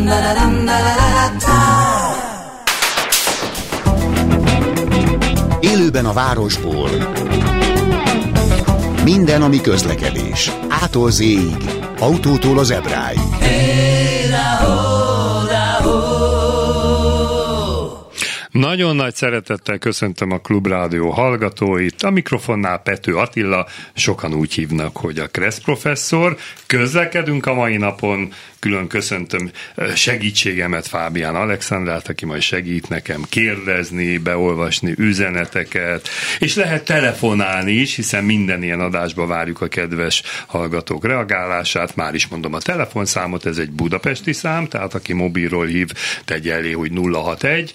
Élőben a városból. Minden, ami közlekedés. A-tól Z-ig. Autótól az Ebráig. Nagyon nagy szeretettel köszöntöm a Klubrádió hallgatóit. A mikrofonnál Pető Attila, sokan úgy hívnak, hogy a Kressz professzor. Közlekedünk a mai napon. Külön köszöntöm segítségemet, Fábián Alexandrát, aki majd segít nekem kérdezni, beolvasni üzeneteket, és lehet telefonálni is, hiszen minden ilyen adásba várjuk a kedves hallgatók reagálását. Már is mondom a telefonszámot, ez egy budapesti szám, tehát aki mobilról hív, tegye elé, hogy 061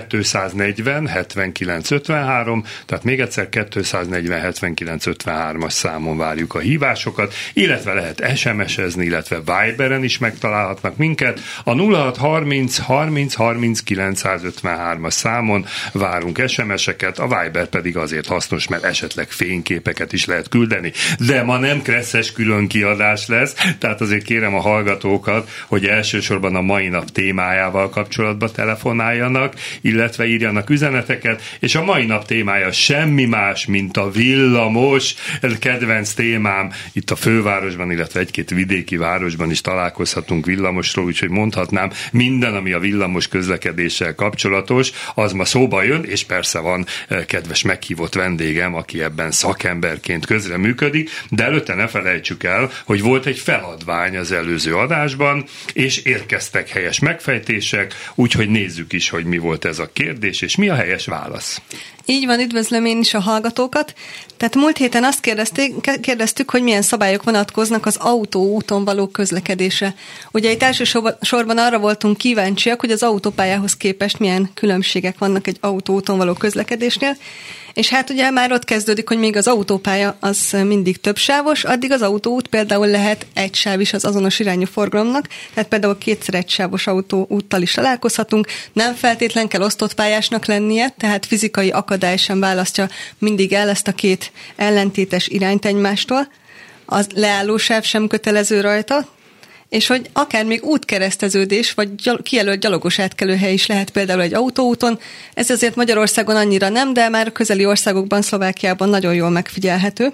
240 79 53, tehát még egyszer 240 79 53-as számon várjuk a hívásokat, illetve lehet SMS-ezni, illetve Viberen is megtalálhatnak minket. A 0630 30 30 953-as számon várunk SMS-eket, a Viber pedig azért hasznos, mert esetleg fényképeket is lehet küldeni. De ma nem kresszes külön kiadás lesz, tehát azért kérem a hallgatókat, hogy elsősorban a mai nap témájával kapcsolatban telefonáljanak, illetve írjanak üzeneteket, és a mai nap témája semmi más, mint a villamos. Ez kedvenc témám, itt a fővárosban, illetve egy-két vidéki városban is találkozhatunk villamosról, úgyhogy mondhatnám, minden, ami a villamos közlekedéssel kapcsolatos, az ma szóba jön, és persze van kedves meghívott vendégem, aki ebben szakemberként közreműködik, de előtte ne felejtsük el, hogy volt egy feladvány az előző adásban, és érkeztek helyes megfejtések, úgyhogy nézzük is, hogy mi volt ez a kérdés, és mi a helyes válasz. Így van, üdvözlöm én is a hallgatókat. Tehát múlt héten azt kérdeztük, hogy milyen szabályok vonatkoznak az autóúton való közlekedésre. Ugye itt elsősorban arra voltunk kíváncsiak, hogy az autópályához képest milyen különbségek vannak egy autóúton való közlekedésnél, és hát ugye már ott kezdődik, hogy még az autópálya az mindig többsávos, addig az autóút például lehet egy sáv is az azonos irányú forgalomnak, tehát például kétszer egysávos autóúttal is találkozhatunk, nem feltétlen kell osztott pályásnak lennie, tehát fizikai akadály sem választja mindig el ezt a két ellentétes irányt egymástól, a leállósáv sem kötelező rajta, és hogy akár még útkereszteződés, vagy kijelölt gyalogos átkelőhely is lehet például egy autóúton. Ez azért Magyarországon annyira nem, de már a közeli országokban, Szlovákiában nagyon jól megfigyelhető.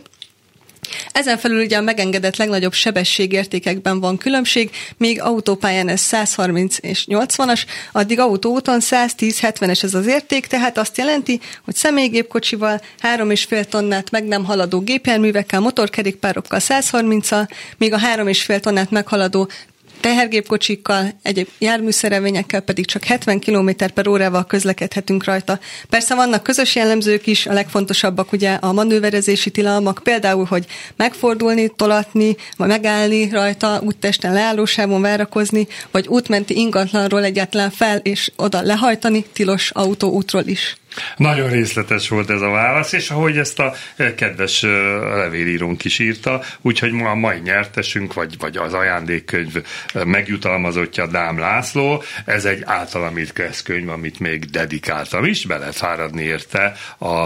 Ezen felül ugye a megengedett legnagyobb sebességértékekben van különbség, míg autópályán ez 130 és 80-as, addig autóúton 110-70-es ez az érték, tehát azt jelenti, hogy személygépkocsival 3,5 tonnát meg nem haladó gépjárművekkel, motorkerékpárokkal 130-al, míg a 3,5 tonnát meghaladó tehergépkocsikkal, egyéb járműszerelvényekkel pedig csak 70 km/órával közlekedhetünk rajta. Persze vannak közös jellemzők is, a legfontosabbak ugye a manőverezési tilalmak, például, hogy megfordulni, tolatni, vagy megállni rajta, úttesten leállósávon várakozni, vagy útmenti ingatlanról egyáltalán fel és oda lehajtani, tilos autóútról is. Nagyon részletes volt ez a válasz, és ahogy ezt a kedves levélírónk is írta, úgyhogy ma a mai nyertesünk, vagy az ajándékkönyv megjutalmazottja Dám László, ez egy általam írt könyv, amit még dedikáltam is, be lehet fáradni érte a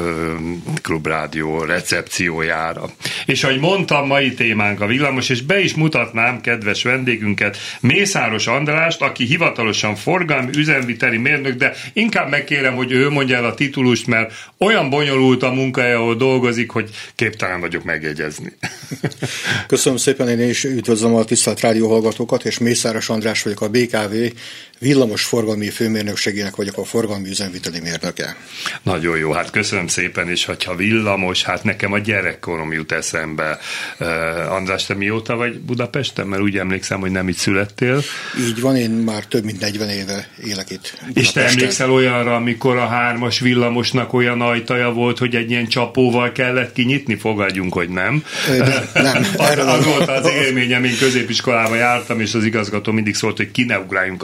Klubrádió recepciójára. És ahogy mondtam, mai témánk a villamos, és be is mutatnám kedves vendégünket, Mészáros Andrást, aki hivatalosan forgalmi üzemviteli mérnök, de inkább megkérem, hogy ő mondja el a titulust, mert olyan bonyolult a munkája, ahol dolgozik, hogy képtelen vagyok megjegyezni. Köszönöm szépen, én is üdvözlöm a tisztelt rádióhallgatókat, és Mészáros András vagyok, a BKV villamos forgalmi főmérnökségének vagyok a forgalmi üzemviteli mérnöke. Nagyon jó, hát köszönöm szépen, és hogyha villamos, hát nekem a gyerekkorom jut eszembe. András, te mióta vagy Budapesten? Mert úgy emlékszem, hogy nem itt születtél. Így van, én már több mint 40 éve élek itt Budapesten. És te emlékszel olyanra, amikor a 3-as villamosnak olyan ajtaja volt, hogy egy ilyen csapóval kellett kinyitni? Fogadjunk, hogy nem. Nem. Az volt az élményem, én középiskolában jártam, és az igazgató mindig szólt, hogy ki ne ugráljunk a villamos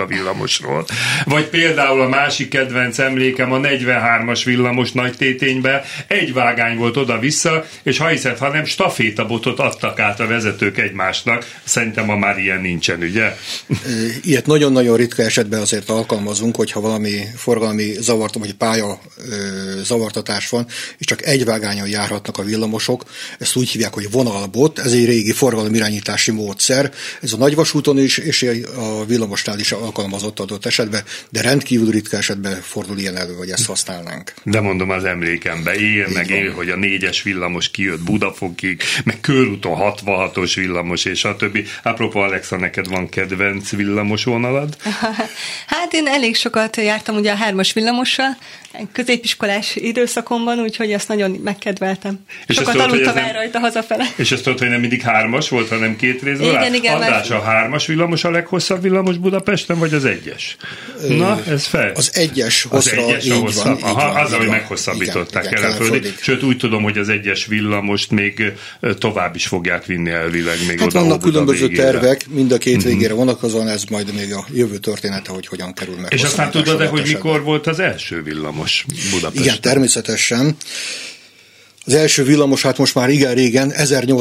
villamosról. Vagy például a másik kedvenc emlékem a 43-as villamos Nagy Téténybe, egy vágány volt oda-vissza, és ha hiszed, hanem stafétabotot adtak át a vezetők egymásnak. Szerintem ma már ilyen nincsen, ugye? Ilyet nagyon-nagyon ritka esetben azért alkalmazunk, hogyha valami forgalmi zavartom, vagy pálya zavartatás van, és csak egy vágányon járhatnak a villamosok. Ezt úgy hívják, hogy vonalbot, ez egy régi forgalomirányítási módszer. Ez a nagyvasúton is, és a villamosnál is alkalmazott adott esetben, de rendkívül ritka esetben fordul ilyen elő, hogy ezt használnánk. De mondom az emlékembe, él, hogy a 4-es villamos kijött Budafokig, meg körúton 66-os villamos, és a többi. Apropó, Alexa, neked van kedvenc villamos vonalad? Hát én elég sokat jártam ugye a 3-as villamossal, középiskolás időszakomban, úgyhogy ezt nagyon megkedveltem. És sokat aludtam el rajta hazafele. És ezt tudod, hogy nem mindig 3-as volt, hanem 2 részből? Igen. András, a 3-as villamos a leghosszabb villamos Budapesten, vagy az 1-es? Na, ez fel. Az 1-es hosszra, így van. Az, ahogy meghosszabbították keletföldi. Sőt, úgy tudom, hogy az 1-es villamost még tovább is fogják vinni elvileg. Még hát vannak különböző tervek, mind a két végére vonatkozóan, ez majd még a jövő története, hogy hogyan kerül meg. És aztán tudod-e, hogy mikor volt az első villamos Budapesten? Igen, természetesen. Az első villamos, hát most már igen régen,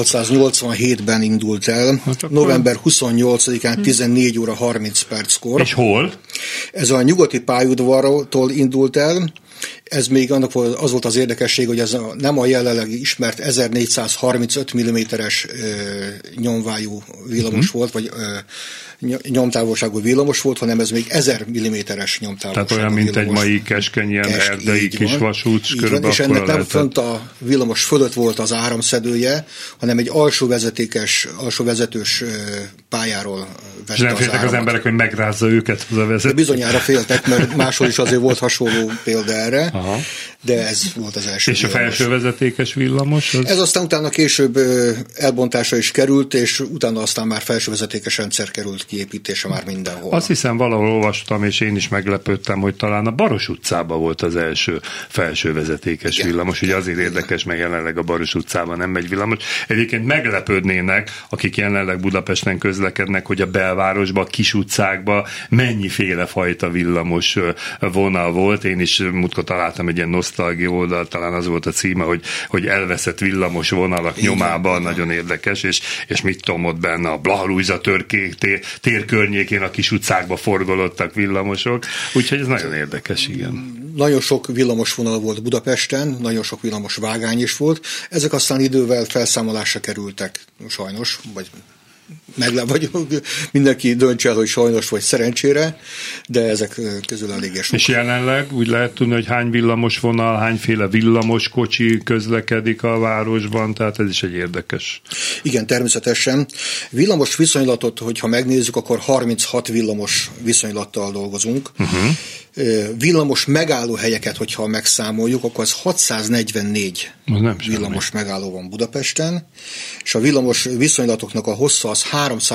1887-ben indult el, november 28-án 14 óra 30 perckor. És hol? Ez a nyugati pályaudvartól indult el. Ez még annak az volt az érdekesség, hogy ez nem a jelenleg ismert 1435 mm-es nyomvájú villamos volt, vagy nyomtávolságú villamos volt, hanem ez még 1000 mm-es nyomtávolságú. Tehát olyan, mint egy mai keskeny, ilyen erdei kis vasút. És ennek nem fönt a villamos fölött volt az áramszedője, hanem egy alsó vezetős pályáról vette az áramot. És nem féltek az emberek, hogy megrázza őket az a vezető? De bizonyára féltek, mert máshol is azért volt hasonló példa erre. Aha. De ez volt az első. És villamos. A felső vezetékes villamos? Ez aztán utána később elbontásra is került, és utána aztán már felső vezetékes rendszer került kiépítése már mindenhol. Azt hiszem, valahol olvastam, és én is meglepődtem, hogy talán a Baros utcában volt az első felső vezetékes villamos. Ugye azért érdekes, mert jelenleg a Baros utcában nem megy villamos. Egyébként meglepődnének, akik jelenleg Budapesten közlekednek, hogy a belvárosban, a kis utcákban mennyiféle fajta villamos vonal volt. Én is múltkor találtam egy ilyen nosztalgia oldal, talán az volt a címe, hogy elveszett villamos vonalak nyomában, nagyon érdekes, és mit tudom, ott benne a Blaha-Lujza tér környékén a kis utcákba forgolódtak villamosok, úgyhogy ez nagyon érdekes, igen. Nagyon sok villamos vonal volt Budapesten, nagyon sok villamos vágány is volt, ezek aztán idővel felszámolásra kerültek, sajnos, vagy mindenki döntse el, hogy sajnos vagy szerencsére, de ezek közül eléggé sok. És jelenleg úgy lehet tudni, hogy hány villamos vonal, hányféle villamos kocsi közlekedik a városban, tehát ez is egy érdekes. Igen, természetesen. Villamos viszonylatot, hogyha megnézzük, akkor 36 villamos viszonylattal dolgozunk. Villamos megállóhelyeket, hogyha megszámoljuk, akkor az 644 villamos megálló van Budapesten, és a villamos viszonylatoknak a hossza az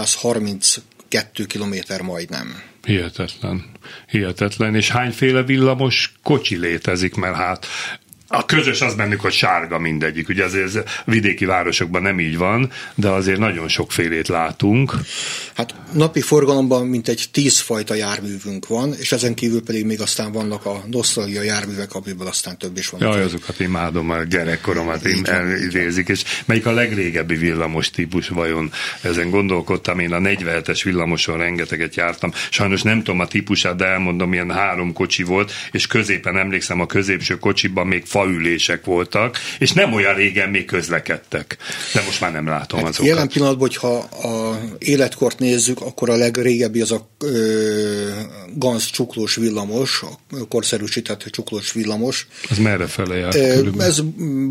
332 kilométer majdnem. Hihetetlen. És hányféle villamos kocsi létezik, mert hát a közös az bennük, hogy sárga mindegyik. Ugye azért vidéki városokban nem így van, de azért nagyon sokfélét látunk. Hát napi forgalomban mintegy 10 fajta járművünk van, és ezen kívül pedig még aztán vannak a nosztalgia járművek, amiből aztán több is van. Jaj, azokat imádom, a gyerekkoromat elidézik. És melyik a legrégebbi villamos típus vajon? Ezen gondolkodtam, én a 47-es villamoson rengeteget jártam. Sajnos nem tudom a típusát, de elmondom, ilyen 3 kocsi volt, és középen emlékszem, a középső kocsiban még faülések voltak, és nem olyan régen még közlekedtek. De most már nem látom azokat. Jelen pillanatban, hogyha a életkort nézzük, akkor a legrégebbi az a Ganz csuklós villamos, a korszerűsített csuklós villamos. Az merre fele jár? Ez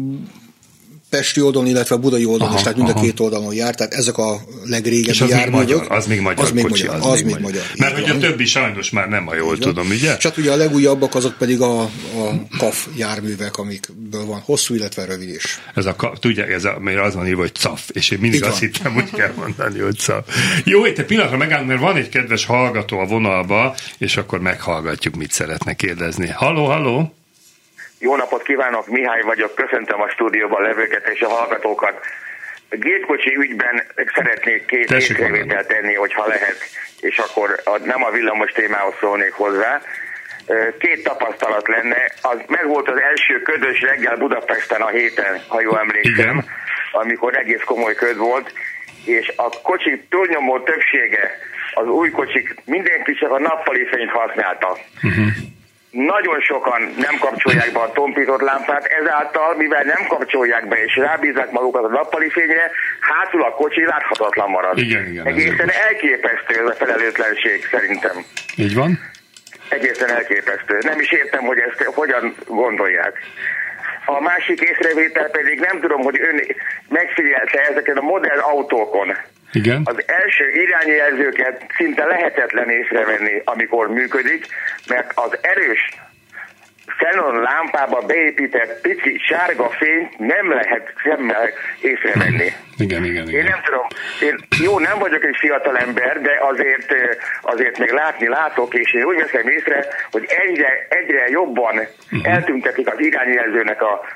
pesti oldalon, illetve budai oldalon is, tehát mind a két oldalon jár, tehát ezek a legrégebbi járművek. Az még magyar kocsi. Az még magyar. Mert hogy a többi sajnos már nem, ha jól tudom, ugye? És hát ugye a legújabbak azok pedig a KAF járművek, amikből van hosszú, illetve rövid is. Tudják, mert az van írva, hogy CAF, és én mindig azt hittem, hogy kell mondani, hogy CAF. Jó, itt egy pillanatra megállunk, mert van egy kedves hallgató a vonalba, és akkor meghallgatjuk, mit szeretne kérdezni. Halló! Jó napot kívánok, Mihály vagyok, köszöntöm a stúdióban levőket és a hallgatókat. gépkocsi ügyben szeretnék két észrevételt tenni, hogyha lehet, és akkor nem a villamos témához szólnék hozzá. Két tapasztalat lenne. Az megvolt az első ködös reggel Budapesten a héten, ha jól emlékszem, amikor egész komoly köd volt, és a kocsik túlnyomó többsége, az új kocsik, mindenki csak a nappali fényt használta. Nagyon sokan nem kapcsolják be a tompított lámpát, ezáltal, mivel nem kapcsolják be és rábízzák magukat a nappali fényre, hátul a kocsi láthatatlan marad. Igen, egészen elképesztő ez a felelőtlenség szerintem. Így van? Egészen elképesztő. Nem is értem, hogy ezt hogyan gondolják. A másik észrevétel pedig nem tudom, hogy ön megfigyelte ezeken a modern autókon. Igen. Az első irányjelzőket szinte lehetetlen észrevenni, amikor működik, mert az erős xenon lámpába beépített pici sárga fényt nem lehet szemmel észrevenni. Igen. Én nem tudom, nem vagyok egy fiatal ember, de azért még látok, és én úgy veszem észre, hogy egyre jobban eltüntetik az irányjelzőnek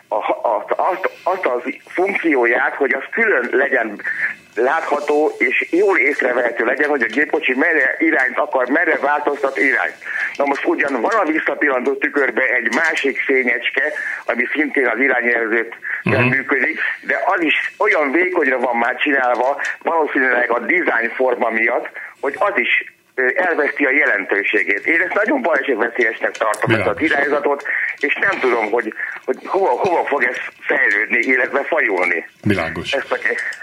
azt a funkcióját, hogy az külön legyen látható és jól észrevehető legyen, hogy a gépkocsi merre változtat irányt. Na most ugyan van a visszapillantó tükörbe egy másik fényecske, ami szintén az irányjelzőkkel működik, de az is olyan vékonyra van már csinálva, valószínűleg a design forma miatt, hogy az is elveszti a jelentőségét. Én ezt nagyon balesetveszélyesnek tartom, ezt az irányzatot, és nem tudom, hogy hova fog ez fejlődni, illetve fajulni. Világos. Ezt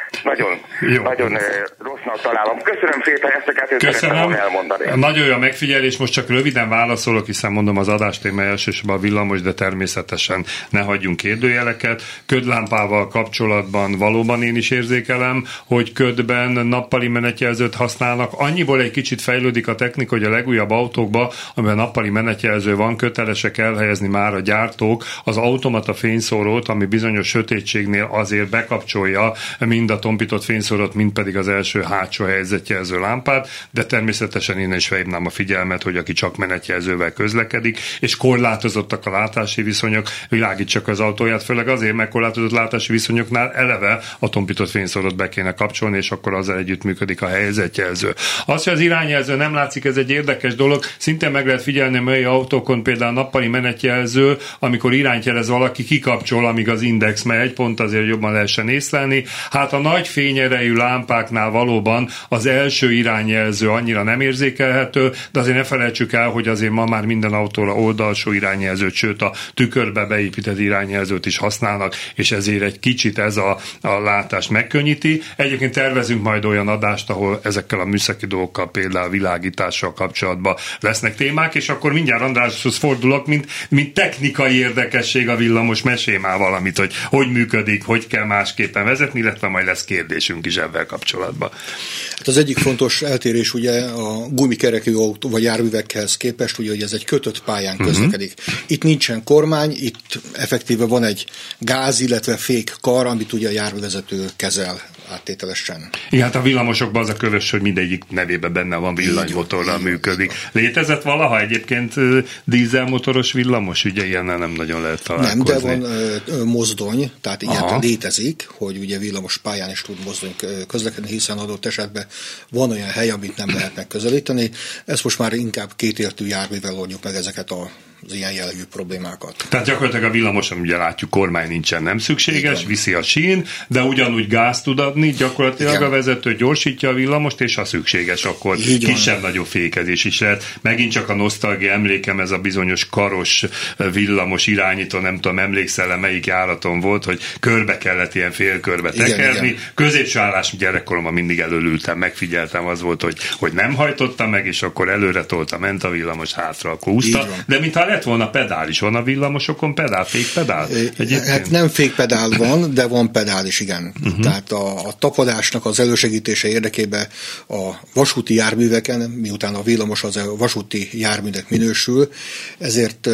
nagyon rossznak találom. Köszönöm szépen, ezt a kettőt szeretném elmondani. Nagyon jó a megfigyelés, most csak röviden válaszolok, hiszen mondom az adástéma elsősorban a villamos, de természetesen ne hagyjunk kérdőjeleket. Ködlámpával kapcsolatban valóban én is érzékelem, hogy ködben nappali menetjelzőt használnak. Annyiból egy kicsit fejlődik a technika, hogy a legújabb autókban, amiben nappali menetjelző van, kötelesek elhelyezni már a gyártók az automata fényszórót, ami bizonyos sötétségnél azért bekapcsolja mind a tompított fényszórót, mind pedig az első hátsó helyzetjelző lámpát, de természetesen én is felhívnám a figyelmet, hogy aki csak menetjelzővel közlekedik, és korlátozottak a látási viszonyok, világítsak az autóját, főleg azért, mert korlátozott látási viszonyoknál eleve a tompított fényszórót be kéne kapcsolni, és akkor azzal együtt működik a helyzetjelző. Az, hogy az irányjelző nem látszik, ez egy érdekes dolog, szintén meg lehet figyelni a mai autókon, például nappali menetjelző, amikor irányt jelez valaki, kikapcsol, amíg az index megy, pont azért jobban lehessen észlelni. Hát a nagy fényerejű lámpáknál valóban az első irányjelző annyira nem érzékelhető, de azért ne felejtsük el, hogy azért ma már minden autóra oldalsó irányjelzőt, sőt a tükörbe beépített irányjelzőt is használnak, és ezért egy kicsit ez a látást megkönnyíti. Egyébként tervezünk majd olyan adást, ahol ezekkel a műszaki dolgokkal, például világítással kapcsolatban lesznek témák, és akkor mindjárt Andráshoz fordulok, mint technikai érdekesség a villamos, mesélj már valamit, hogy működik, hogy kell másképpen vezetni, illetve majd lesz kérdésünk is ebben kapcsolatban. Hát az egyik fontos eltérés ugye a gumikerekű autó vagy járművekhez képest, ugye, hogy ez egy kötött pályán közlekedik. Itt nincsen kormány, itt effektíve van egy gáz, illetve fék kar, amit ugye a járművezető kezel áttételesen. Igen, hát a villamosokban az a kövös, hogy mindegyik nevében benne van, villanymotorral működik. Létezett valaha egyébként dízelmotoros villamos? Ugye ilyennel nem nagyon lehet találkozni. Nem, de van mozdony, tehát ilyen létezik, hogy ugye villamos pályán is tud mozdony közlekedni, hiszen adott esetben van olyan hely, amit nem lehet megközelíteni. Ezt most már inkább kétértű járművel oldjuk meg ezeket az ilyen jellegű problémákat. Tehát gyakorlatilag a villamoson ugye látjuk, kormány nincsen, nem szükséges, viszi a sín, de ugyanúgy gáz tud adni, gyakorlatilag a vezető gyorsítja a villamost, és ha szükséges, akkor kisebb-nagyobb fékezés is lehet. Megint csak a nosztalgia emlékem, ez a bizonyos karos villamos irányító, nem tudom, emlékszel, melyik járaton volt, hogy körbe kellett ilyen félkörbe tekerni. Középső állás gyerekkoromban mindig elölültem, megfigyeltem, az volt, hogy nem hajtotta meg, és akkor előre tolta, ment a villamos, hátra akkor úszta. De mintha lett volna pedál is, van a villamosokon pedál, fékpedál? Hát nem fékpedál van, de van pedál is, igen. Tehát a tapadásnak az elősegítése érdekében a vasúti járműveken, miután a villamos az a vasúti járműnek minősül, ezért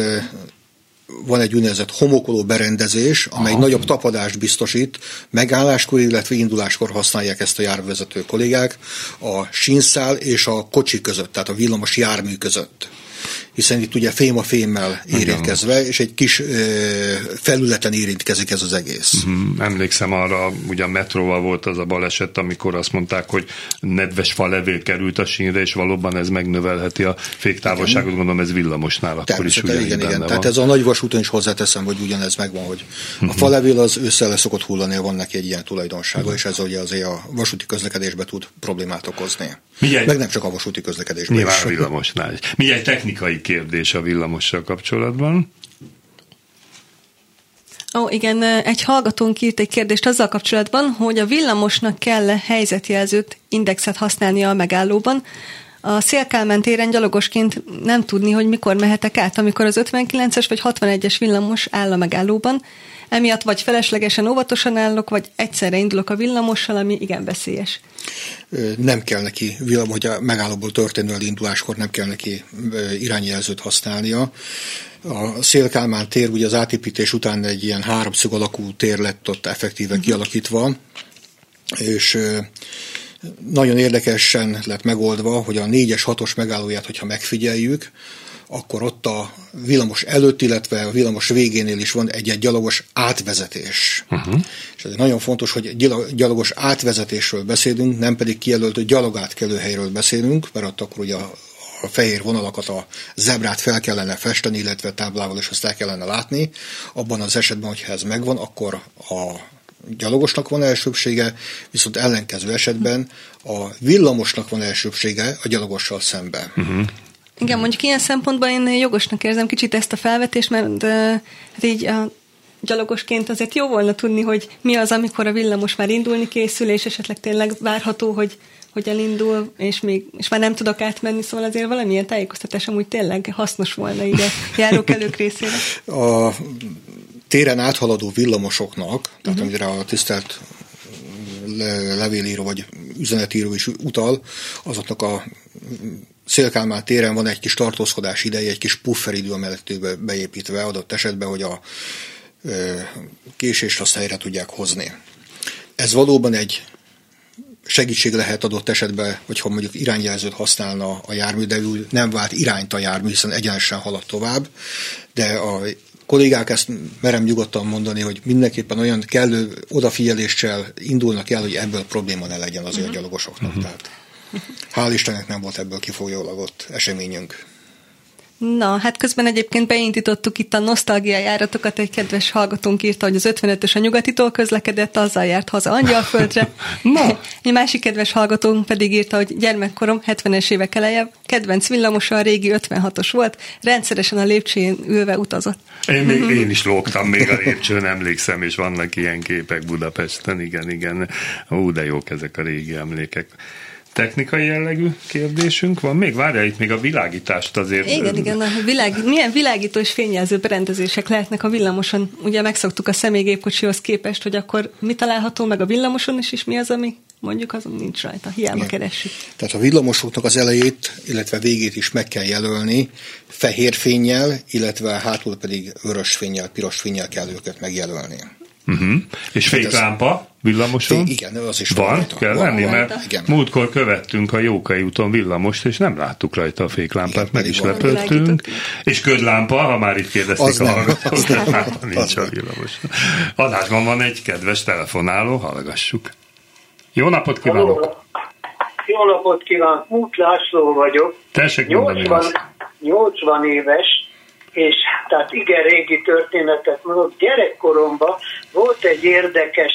van egy úgynevezett homokoló berendezés, amely nagyobb tapadást biztosít, megálláskor, illetve induláskor használják ezt a járművezető kollégák a sínszál és a kocsi között, tehát a villamos jármű között. hiszen itt ugye fém a fémmel érintkezve, és egy kis felületen érintkezik ez az egész. Emlékszem arra, ugye a metróval volt az a baleset, amikor azt mondták, hogy nedves falevél került a sínre, és valóban ez megnövelheti a féktávolságot, gondolom ez villamosnál akkor is ugyanígy igen. Van. Tehát ez a nagyvasúton is hozzáteszem, hogy ugyanez megvan, hogy a falevél az ősszel szokott hullani, van neki egy ilyen tulajdonsága, és ez ugye azért a vasúti közlekedésbe tud problémát okozni. Meg nem csak a vasúti közlekedésben. Nyilván a villamosnál is. Milyen technikai kérdés a villamossal kapcsolatban? Igen, egy hallgatónk írt egy kérdést azzal kapcsolatban, hogy a villamosnak kell-e helyzetjelzőt, indexet használnia a megállóban. A Széll-Kálmán téren gyalogosként nem tudni, hogy mikor mehetek át, amikor az 59-es vagy 61-es villamos áll a megállóban. Emiatt vagy feleslegesen óvatosan állok, vagy egyszerre indulok a villamossal, ami igen veszélyes. Nem kell neki, hogy a megállóból történő elinduláskor nem kell neki irányjelzőt használnia. A Széll-Kálmán tér ugye az átépítés után egy ilyen háromszög alakú tér lett ott effektíve kialakítva, és nagyon érdekesen lett megoldva, hogy a 4-es, 6-os megállóját, hogyha megfigyeljük, akkor ott a villamos előtt, illetve a villamos végénél is van egy gyalogos átvezetés. És ez nagyon fontos, hogy gyalogos átvezetésről beszélünk, nem pedig kijelölt gyalogátkelőhelyről beszélünk, mert ott akkor ugye a fehér vonalakat, a zebrát fel kellene festeni, illetve táblával is azt el kellene látni. Abban az esetben, hogyha ez megvan, akkor a gyalogosnak van elsőbsége, viszont ellenkező esetben a villamosnak van elsőbsége a gyalogossal szemben. Igen, mondjuk ilyen szempontból én jogosnak érzem kicsit ezt a felvetést, mert hát így a gyalogosként azért jó volna tudni, hogy mi az, amikor a villamos már indulni készül, és esetleg tényleg várható, hogy elindul, és már nem tudok átmenni, szóval azért valamilyen tájékoztatás amúgy tényleg hasznos volna ide járókelők részére. A téren áthaladó villamosoknak, tehát amire a tisztelt levélíró vagy üzenetíró is utal, azoknak a Széll-Kálmán téren van egy kis tartózkodás ideje, egy kis pufferidő a mellettőbe beépítve, adott esetben, hogy a késést azt helyre tudják hozni. Ez valóban egy segítség lehet adott esetben, hogyha mondjuk irányjelzőt használna a jármű, de nem vált irányt a jármű, hiszen egyenesen halad tovább, de a kollégák ezt merem nyugodtan mondani, hogy mindenképpen olyan kellő odafigyeléssel indulnak el, hogy ebből probléma ne legyen azért a gyalogosoknak. Tehát hál' Istennek nem volt ebből kifolyólag eseményünk. Na, hát közben egyébként beindítottuk itt a nosztalgia járatokat, egy kedves hallgatónk írta, hogy az 55-ös a nyugatitól közlekedett, azzal járt haza Angyalföldre. Egy másik kedves hallgatónk pedig írta, hogy gyermekkorom 70-es évek eleje, kedvenc villamosa a régi 56-os volt, rendszeresen a lépcsőjén ülve utazott. Én is lógtam még a lépcsőn, emlékszem, és vannak ilyen képek Budapesten, igen. De jók ezek a régi emlékek. Technikai jellegű kérdésünk van még? Várjál, itt még a világítást azért... Igen, milyen világító és fényjelző berendezések lehetnek a villamoson? Ugye megszoktuk a személygépkocsihoz képest, hogy akkor mi található meg a villamoson is, és mi az, ami mondjuk azon nincs rajta, hiába keressük. Tehát a villamosoknak az elejét, illetve végét is meg kell jelölni, fehér fénnyel, illetve hátul pedig vörös fénnyel, piros fénnyel kell őket megjelölni. És féklámpa villamoson? Igen, az is van. Kell lenni, mert igen. Múltkor követtünk a Jókai úton villamost, és nem láttuk rajta a féklámpát, igen, meg is lepöltünk. És ködlámpa, ha már itt kérdezték a hallgatókat, nincs a villamos. Adásban van egy kedves telefonáló, hallgassuk. Jó napot kívánok! Jó napot kívánok! Múlt László vagyok. Tessék mondani 80 éves, és tehát igen régi történetet mondok. Gyerekkoromban volt egy érdekes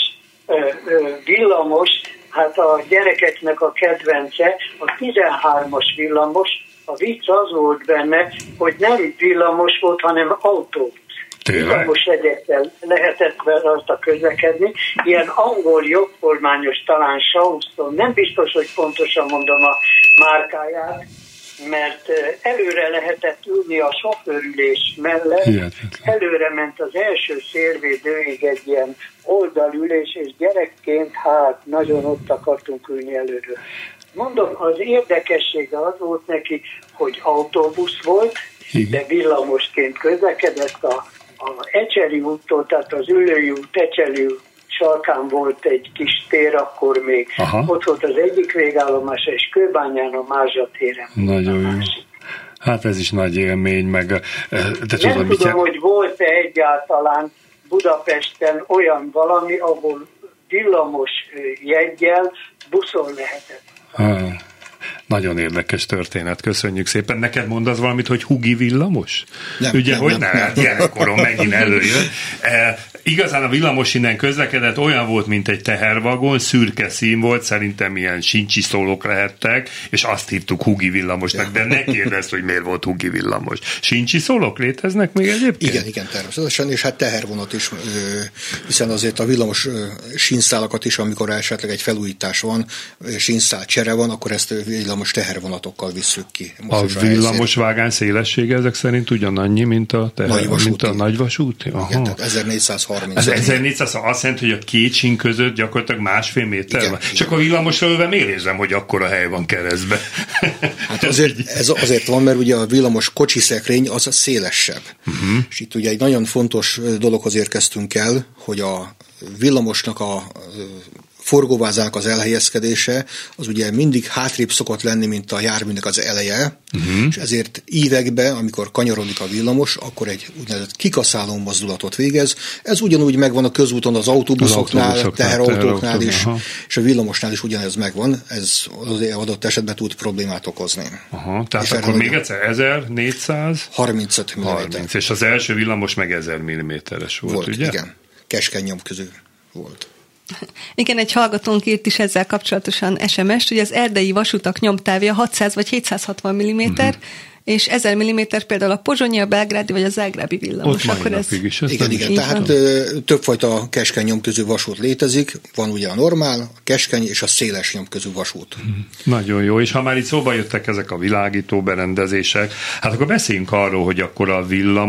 villamos, hát a gyerekeknek a kedvence, a 13-as villamos. A vicc az volt benne, hogy nem villamos volt, hanem autó. Villamos egyekkel lehetett rajta közlekedni. Ilyen angol jogformányos, talán Charleston, nem biztos, hogy pontosan mondom a márkáját, mert előre lehetett ülni a sofőrülés mellett, előre ment az első szélvédőig egy ilyen oldalülés, és gyerekként nagyon ott akartunk ülni előről. Mondom, az érdekessége az volt neki, hogy autóbusz volt, de villamosként közlekedett a Ecseri úttól, tehát az Üllői út, Ecseri út sarkán volt egy kis tér, akkor még ott volt az egyik végállomás, és Kőbányán a Mázsa téren. Nagyon jó. Hát ez is nagy élmény, meg... De nem tudom, hogy volt-e egyáltalán Budapesten olyan valami, ahol villamos jeggyel buszon lehetett. Nagyon érdekes történet, köszönjük szépen. Neked mondasz valamit, hogy Hugi villamos? Nem, ugye, nem, hogy nem. Hát gyerekkorom megint előjön. Igazán a villamos innen közlekedett, olyan volt, mint egy tehervagon, szürke szín volt, szerintem ilyen sincsi szólók lehettek, és azt hívtuk Hugi villamosnak, de ne kérdezd, hogy miért volt Hugi villamos. Sincsi szólók léteznek még egyébként? Igen, természetesen, és hát tehervonat is, hiszen azért a villamos sínszálakat is, amikor esetleg egy felújítás van, sínszál csere van, akkor ezt villamos tehervonatokkal visszük ki. Most a villamos vágány szélessége ezek szerint ugyanannyi, mint a nagyvasúti? Igen, tehát 1430. Az 1400 azt jelenti, hogy a két sín között gyakorlatilag másfél méter van. Csak a villamosra ülve miért érzem, hogy akkora hely van keresztbe? Hát ez azért van, mert ugye a villamos kocsiszekrény az a szélesebb. És itt ugye egy nagyon fontos dologhoz érkeztünk el, hogy a villamosnak a forgóvázának az elhelyezkedése, az ugye mindig hátrébb szokott lenni, mint a járműnek az eleje, és ezért ívekbe, amikor kanyarodik a villamos, akkor egy úgynevezett kikaszáló mozdulatot végez. Ez ugyanúgy megvan a közúton az autóbuszoknál, teherautóknál is, és a villamosnál is ugyanez megvan, ez az adott esetben tud problémát okozni. Tehát és akkor még egyszer 1400? 35 mm. 30, és az első villamos meg 1000 mm-es volt, ugye? Igen, keskeny nyomközű volt. Igen, egy hallgatónk írt is ezzel kapcsolatosan SMS-t, hogy az erdei vasutak nyomtávja 600 vagy 760 mm, és 1000 mm például a pozsonyi, a belgrádi vagy a zágrábi villamos. Ott mai napig is. Igen, tehát többfajta keskeny nyomközű vasút létezik, van ugye a normál, a keskeny és a széles nyomközű vasút. Nagyon jó, és ha már itt szóba jöttek ezek a világító berendezések, hát akkor beszéljünk arról, hogy akkor a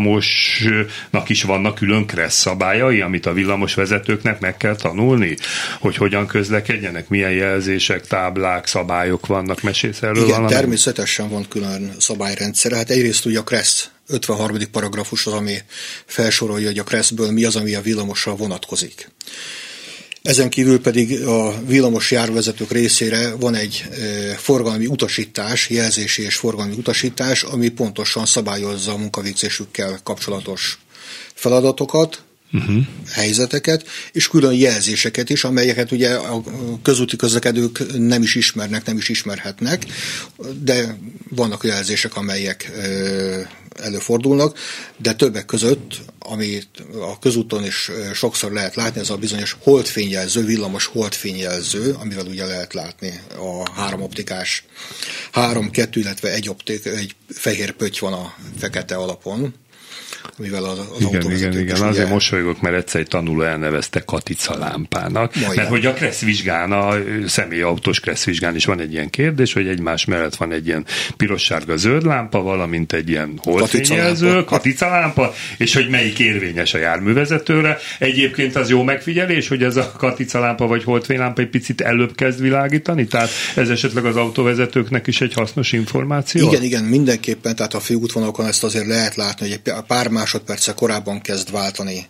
villamosnak is vannak külön kressz szabályai, amit a villamos vezetőknek meg kell tanulni, hogy hogyan közlekedjenek, milyen jelzések, táblák, szabályok vannak, mesélsz erről igen, valami? Természetesen van külön szabályrendszer. Hát egyrészt ugye a KRESZ 53. paragrafus az, ami felsorolja, hogy a KRESZ-ből mi az, ami a villamosra vonatkozik. Ezen kívül pedig a villamos járvezetők részére van egy forgalmi utasítás, jelzési és forgalmi utasítás, ami pontosan szabályozza a munkavégzésükkel kapcsolatos feladatokat, helyzeteket, és külön jelzéseket is, amelyeket ugye a közúti közlekedők nem is ismernek, nem is ismerhetnek, de vannak jelzések, amelyek előfordulnak, de többek között, amit a közúton is sokszor lehet látni, ez a bizonyos holdfényjelző, villamos holdfényjelző, amivel ugye lehet látni a háromoptikás, 3-2, illetve egy fehér pötty van a fekete alapon, mivel az igen. Azért mosolygok, mert egyszer egy tanuló elnevezte Katica lámpának. Mert hogy a kresszvizsgán, a személyautós kresszvizsgán is van egy ilyen kérdés, hogy egymás mellett van egy ilyen piros-sárga-zöld lámpa, valamint egy ilyen holdfényjelző, Katica lámpa, és hogy melyik érvényes a járművezetőre. Egyébként az jó megfigyelés, hogy ez a Katica lámpa vagy holdfénylámpa egy picit előbb kezd világítani, tehát ez esetleg az autóvezetőknek is egy hasznos információ? Igen, mindenképpen, tehát a főútvonalakon ezt azért lehet látni, hogy egy pár másodperccel korábban kezd váltani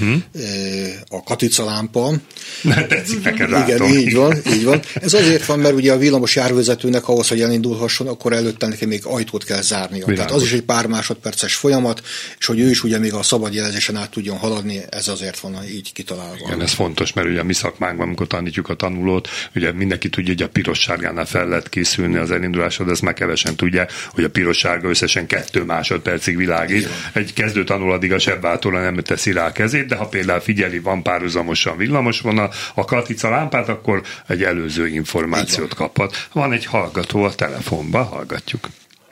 a Katica lámpa. Tetszik neked, látom. Igen, így van. Ez azért van, mert ugye a villamos járvezetőnek ahhoz, hogy elindulhasson, akkor előtte neki még ajtót kell zárnia. Tehát az is egy pár másodperces folyamat, és hogy ő is ugye még a szabad jelzésen át tudjon haladni, ez azért van így kitalálva. Igen, ez fontos, mert ugye a mi szakmánkban, amikor tanítjuk a tanulót, ugye mindenki tudja, hogy a piros-sárgánál fel lehet készülni az elindulásod, ezt meg kevesen tudják, hogy a piros-sárga összesen 2 másodpercig világít. Igen. Egy kezdő tanul addig a sebváltóra nem teszi rá a kezét, de ha például figyeli, van párhuzamosan villamosvonal, a Katica lámpát, akkor egy előző információt kaphat. Van egy hallgató a telefonban, hallgatjuk.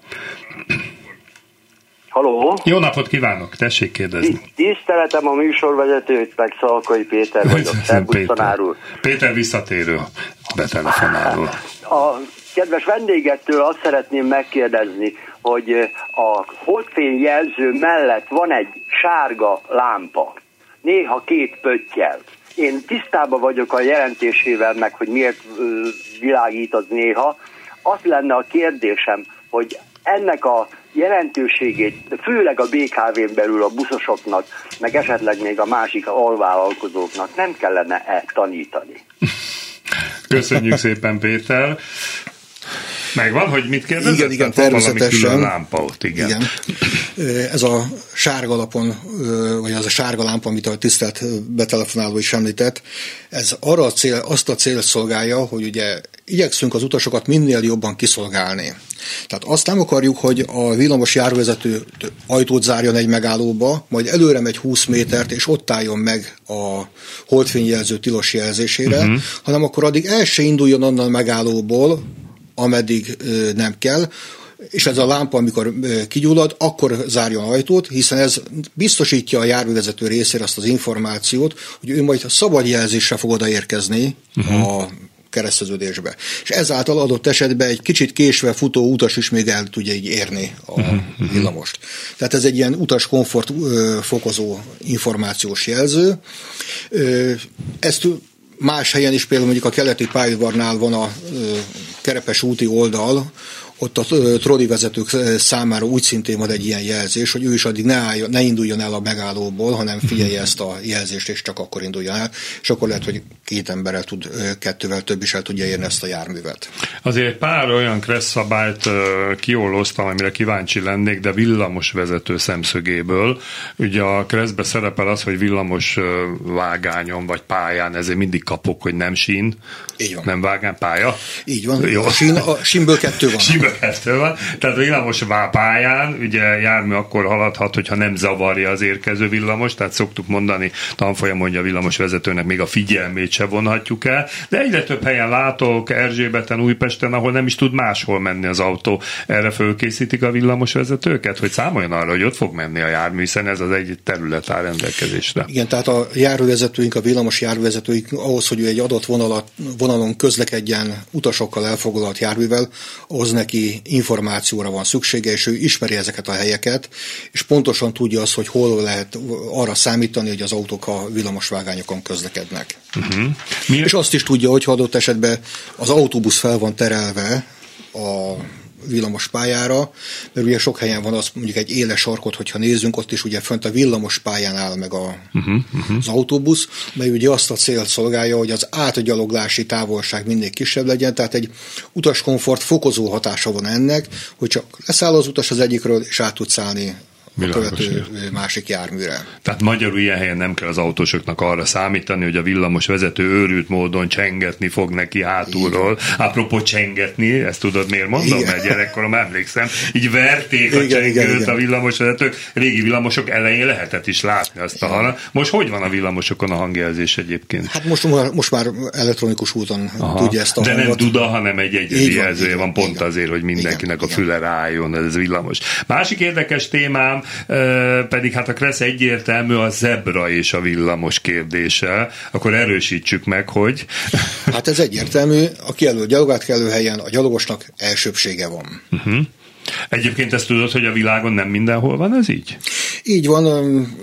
Halló! Jó napot kívánok, tessék kérdezni. Tiszteletem a műsorvezetőt, meg Szalkai Péter vagyok. Szervusz, tanár úr. Péter visszatérő betelefonáló. A kedves vendégettől azt szeretném megkérdezni, hogy a holdfényjelző mellett van egy sárga lámpa, néha 2 pöttyel. Én tisztában vagyok a jelentésével, meg hogy miért világít az néha. Azt lenne a kérdésem, hogy ennek a jelentőségét, főleg a BKV-n belül a buszosoknak, meg esetleg még a másik alvállalkozóknak nem kellene tanítani. Köszönjük szépen, Péter. Megvan, hogy mit kérdezett? Igen, természetesen. Lámpa ott, igen. Ez a sárga lapon, vagy az a sárga lámpa, amit a tisztelt betelefonáló is említett, ez arra azt a cél szolgálja, hogy ugye igyekszünk az utasokat minél jobban kiszolgálni. Tehát azt nem akarjuk, hogy a villamos járvezető ajtót zárjon egy megállóba, majd előre megy 20 métert, és ott álljon meg a holdfényjelző tilos jelzésére, hanem akkor addig el se induljon onnan a megállóból, ameddig nem kell, és ez a lámpa, amikor kigyullad, akkor zárjon ajtót, hiszen ez biztosítja a járművezető részére azt az információt, hogy ő majd szabad jelzésre fog odaérkezni a kereszteződésbe. És ezáltal adott esetben egy kicsit késve futó utas is még el tudja így érni a villamost. Tehát ez egy ilyen utas komfort fokozó információs jelző. Ezt más helyen is, például mondjuk a keleti pályaudvarnál van a Kerepes úti oldal, ott a trollivezetők számára úgy szintén van egy ilyen jelzés, hogy ő is addig ne induljon el a megállóból, hanem figyelje ezt a jelzést, és csak akkor induljon el, és akkor lehet, hogy két emberrel tud, kettővel több is el tudja érni ezt a járművet. Azért egy pár olyan kressz szabályt kiolloztam, amire kíváncsi lennék, de villamos vezető szemszögéből. Ugye a kresszbe szerepel az, hogy villamos vágányon vagy pályán, ezért mindig kapok, hogy nem sín, nem vágány, pálya. Így van. Jó. A sínből kettő van. Van. Tehát a villamos pályán ugye jármű akkor haladhat, hogyha nem zavarja az érkező villamos, tehát szoktuk mondani tanfolyamon, hogy a villamos vezetőnek még a figyelmét se vonhatjuk el, de egyre több helyen látok, Erzsébeten, Újpesten, ahol nem is tud máshol menni az autó. Erre fölkészítik a villamos vezetőket, hogy számoljon arra, hogy ott fog menni a jármű, hiszen ez az egy terület áll rendelkezésre. Igen, tehát a járművezetőink, a villamos járművezetőink ahhoz, hogy ő egy adott vonalon közlekedjen utasokkal elfoglalt járművel, ahhoz neki információra van szüksége, és ő ismeri ezeket a helyeket, és pontosan tudja azt, hogy hol lehet arra számítani, hogy az autók a villamosvágányokon közlekednek. És azt is tudja, hogy adott esetben az autóbusz fel van terelve a villamos pályára, mert ugye sok helyen van az, mondjuk egy éles sarkot, hogyha nézzünk, ott is ugye fönt a villamos pályán áll meg az autóbusz, mely ugye azt a célt szolgálja, hogy az átgyaloglási távolság minél kisebb legyen, tehát egy utaskomfort fokozó hatása van ennek, hogy csak leszáll az utas az egyikről, és át tud szállni a követő másik járműre. Tehát magyarul ilyen helyen nem kell az autósoknak arra számítani, hogy a villamos vezető őrült módon csengetni fog neki hátulról. Apropó csengetni, ezt tudod miért mondom? Igen. Mert gyerekkorom emlékszem, így verték a csengőt a villamos vezetők. Régi villamosok elején lehetett is látni azt a halat. Most hogy van a villamosokon a hangjelzés egyébként? Hát most már elektronikus úton tudja ezt a hangot. De nem duda, hanem egy egyedi jelzője van pont igen. Azért, hogy mindenkinek a füle rájön, ez villamos. Másik érdekes témám pedig hát a kressz egyértelmű a zebra és a villamos kérdése. Akkor erősítsük meg, hogy... Hát ez egyértelmű, a kijelölt gyalogátkelő helyen a gyalogosnak elsőbbsége van. Egyébként ezt tudod, hogy a világon nem mindenhol van ez így? Így van,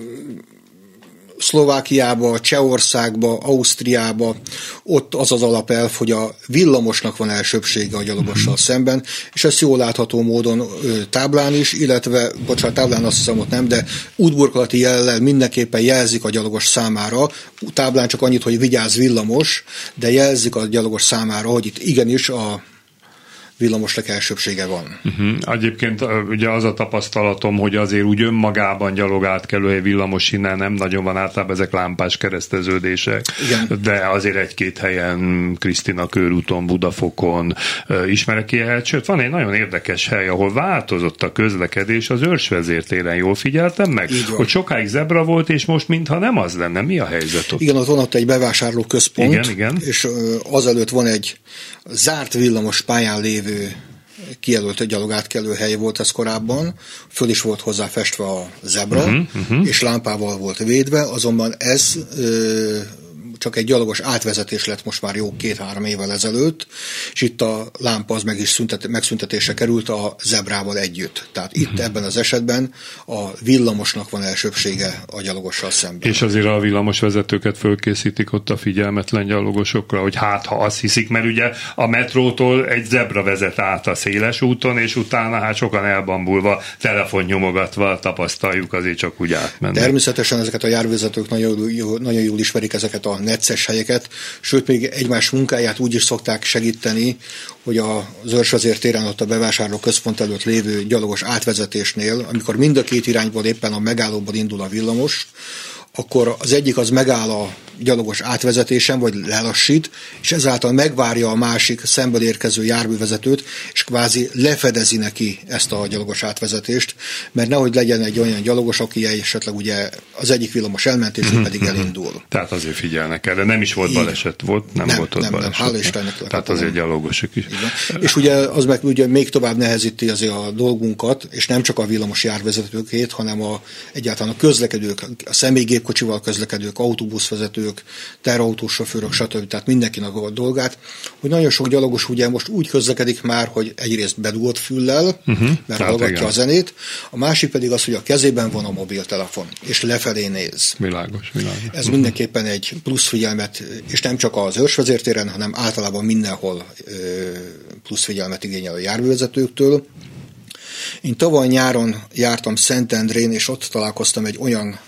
Szlovákiába, Csehországba, Ausztriába, ott az az alapelv, hogy a villamosnak van elsőbbsége a gyalogossal szemben, és ezt jól látható módon táblán is, illetve, táblán azt hiszem ott nem, de útburkolati jellel mindenképpen jelzik a gyalogos számára, táblán csak annyit, hogy vigyázz villamos, de jelzik a gyalogos számára, hogy itt igenis a villamosnak elsőbbsége van. Egyébként ugye az a tapasztalatom, hogy azért úgy önmagában gyalogátkelőhely villamos innen nem nagyon van, általában ezek lámpás kereszteződések. Igen. De azért egy-két helyen, Krisztina körúton, Budafokon ismerek ilyen, sőt van egy nagyon érdekes hely, ahol változott a közlekedés, az Őrsvezértéren, jól figyeltem meg, hogy sokáig zebra volt, és most mintha nem az lenne. Mi a helyzet ott? Igen, ott van ott egy bevásárlóközpont, igen. És azelőtt van egy zárt villamos pályán lévő kijelölt gyalogátkelő hely volt ez korábban, föl is volt hozzá festve a zebra, és lámpával volt védve, azonban ez csak egy gyalogos átvezetés lett most már jó 2-3 évvel ezelőtt, és itt a lámpa az megszüntetésre került a zebrával együtt. Tehát itt ebben az esetben a villamosnak van elsőbbsége a gyalogossal szemben. És azért a villamos vezetőket fölkészítik ott a figyelmetlen gyalogosokra, hogy hát ha azt hiszik, mert ugye a metrótól egy zebra vezet át a széles úton, és utána hát sokan elbambulva, telefonnyomogatva tapasztaljuk azért csak úgy átmenni. Természetesen ezeket a járvezetők nagyon jól ismerik ezeket a necces helyeket, sőt még egymás munkáját úgy is szokták segíteni, hogy az Őrsvezér téren ott a bevásárló központ előtt lévő gyalogos átvezetésnél, amikor mind a két irányból éppen a megállóból indul a villamos, akkor az egyik az megáll a gyalogos átvezetésen, vagy lelassít, és ezáltal megvárja a másik szemből érkező járművezetőt, és kvázi lefedezi neki ezt a gyalogos átvezetést, mert nehogy legyen egy olyan gyalogos, aki esetleg ugye az egyik villamos elment, és pedig elindul. Tehát azért figyelnek erre. Nem is volt baleset, volt? Nem volt ott baleset. Nem, hála Istennek. Tehát azért gyalogosok is. És ugye az meg ugye még tovább nehezíti azért a dolgunkat, és nem csak a villamos járvezetőkét, hanem egyáltalán a közlekedők, a személygépkocsival közlekedők, autóbuszvezetők, teherautósofőrök, stb. Tehát mindenkinek a dolgát, hogy nagyon sok gyalogos ugye most úgy közlekedik már, hogy egyrészt bedugott füllel, mert hallgatja a zenét, a másik pedig az, hogy a kezében van a mobiltelefon, és lefelé néz. Világos. Ez mindenképpen egy plusz figyelmet, és nem csak az Őrsvezér téren, hanem általában mindenhol plusz figyelmet igényel a járművezetőktől. Én tavaly nyáron jártam Szentendrén, és ott találkoztam egy olyan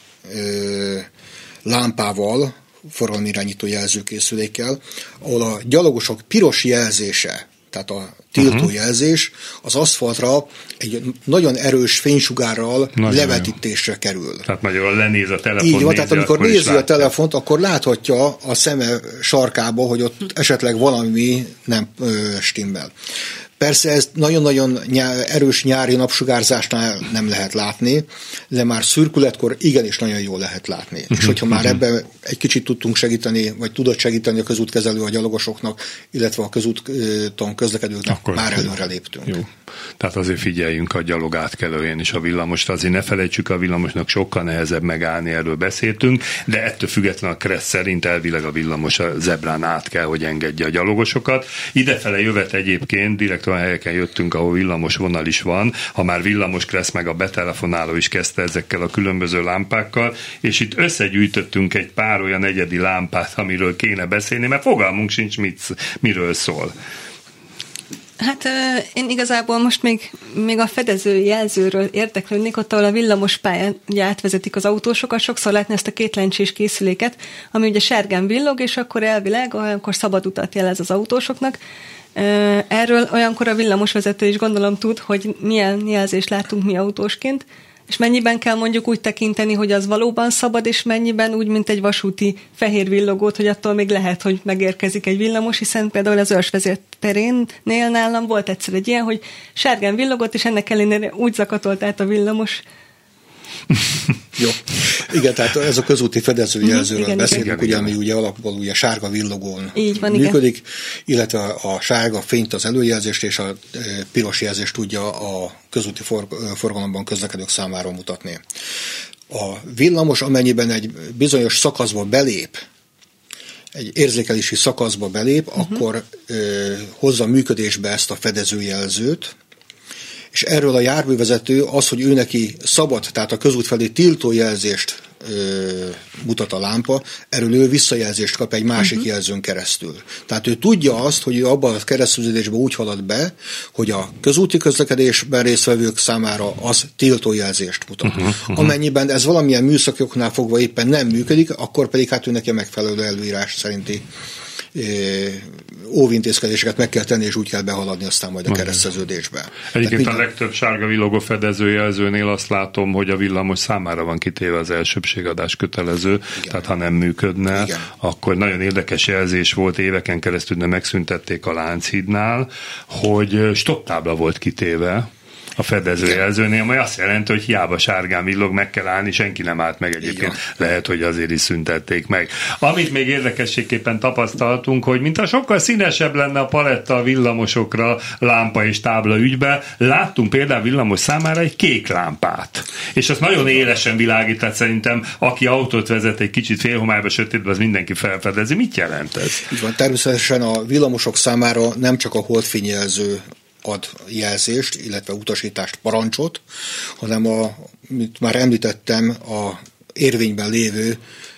lámpával, forgalomirányító jelzőkészülékkel, ahol a gyalogosok piros jelzése, tehát a tiltó jelzés az aszfaltra egy nagyon erős fénysugárral levetítésre kerül. Tehát magyarul lenéz a telefon. Így van, tehát amikor nézi a telefont, akkor láthatja a szeme sarkába, hogy ott esetleg valami nem stimmel. Persze ezt nagyon-nagyon erős nyári napsugárzásnál nem lehet látni, de már szürkületkor igenis nagyon jól lehet látni. És hogyha már ebben egy kicsit tudtunk segíteni, vagy tudott segíteni a közútkezelő a gyalogosoknak, illetve a közúton közlekedőknek, akkor már előre léptünk. Jó. Tehát azért figyeljünk a gyalog átkelőjén is a villamost, azért ne felejtsük, a villamosnak sokkal nehezebb megállni, erről beszéltünk, de ettől függetlenül a Kressz szerint elvileg a villamos a zebrán át kell, hogy engedje a gyalogosokat. Idefele jövet egyébként direkt olyan helyeken jöttünk, ahol villamos vonal is van, ha már villamos Kressz meg a betelefonáló is kezdte ezekkel a különböző lámpákkal, és itt összegyűjtöttünk egy pár olyan egyedi lámpát, amiről kéne beszélni, mert fogalmunk sincs, miről szól. Hát én igazából most még a fedező jelzőről érdeklődnék, ott, ahol a villamos pályán ugye átvezetik az autósokat, sokszor látni ezt a két lencsés készüléket, ami ugye sárgán villog, és akkor elvileg olyankor szabad utat jelez az autósoknak. Erről olyankor a villamosvezető is gondolom tud, hogy milyen jelzést látunk mi autósként, és mennyiben kell mondjuk úgy tekinteni, hogy az valóban szabad, és mennyiben úgy, mint egy vasúti fehér villogót, hogy attól még lehet, hogy megérkezik egy villamos, hiszen például az Őrsvezér terénnél nálam volt egyszer egy ilyen, hogy sárgán villogott, és ennek ellenére úgy zakatolt át a villamos. Jó. Igen, tehát ez a közúti fedezőjelzőről beszélünk, ugye, ami ugye alapból ugye sárga villogón működik, igen. Illetve a sárga fényt az előjelzést, és a piros jelzést tudja a közúti forgalomban közlekedők számára mutatni. A villamos, amennyiben egy bizonyos szakaszba belép, egy érzékelési szakaszba belép, akkor hozza működésbe ezt a fedezőjelzőt, és erről a járművezető az, hogy ő neki szabad, tehát a közút felé tiltó jelzést mutat a lámpa, erről ő visszajelzést kap egy másik jelzőn keresztül. Tehát ő tudja azt, hogy ő abban a keresztülésben úgy halad be, hogy a közúti közlekedésben résztvevők számára az tiltó jelzést mutat. Amennyiben ez valamilyen műszaki oknál fogva éppen nem működik, akkor pedig hát ő neki a megfelelő előírás szerinti óvintézkedéseket meg kell tenni, és úgy kell behaladni aztán majd a kereszteződésbe. Egyébként a legtöbb sárga villogó fedezőjelzőnél azt látom, hogy a villamos számára van kitéve az elsőbségadás kötelező, igen. Tehát ha nem működne, igen. Akkor nagyon érdekes jelzés volt, éveken keresztül, de megszüntették a Lánchídnál, hogy stopptábla volt kitéve a fedezőjelzőnél, majd azt jelenti, hogy hiába sárgán villog, meg kell állni, senki nem állt meg egyébként. Igen. Lehet, hogy azért is szüntették meg. Amit még érdekességképpen tapasztaltunk, hogy mintha sokkal színesebb lenne a paletta a villamosokra, lámpa és tábla ügybe, láttunk például villamos számára egy kék lámpát. És azt nagyon élesen világít, tehát szerintem aki autót vezet egy kicsit félhomályba, sötétben, az mindenki felfedezi. Mit jelent ez? Így van, természetesen a villamosok számára nem csak a holdfényjelző ad jelzést, illetve utasítást, parancsot, hanem mint már említettem, a érvényben lévő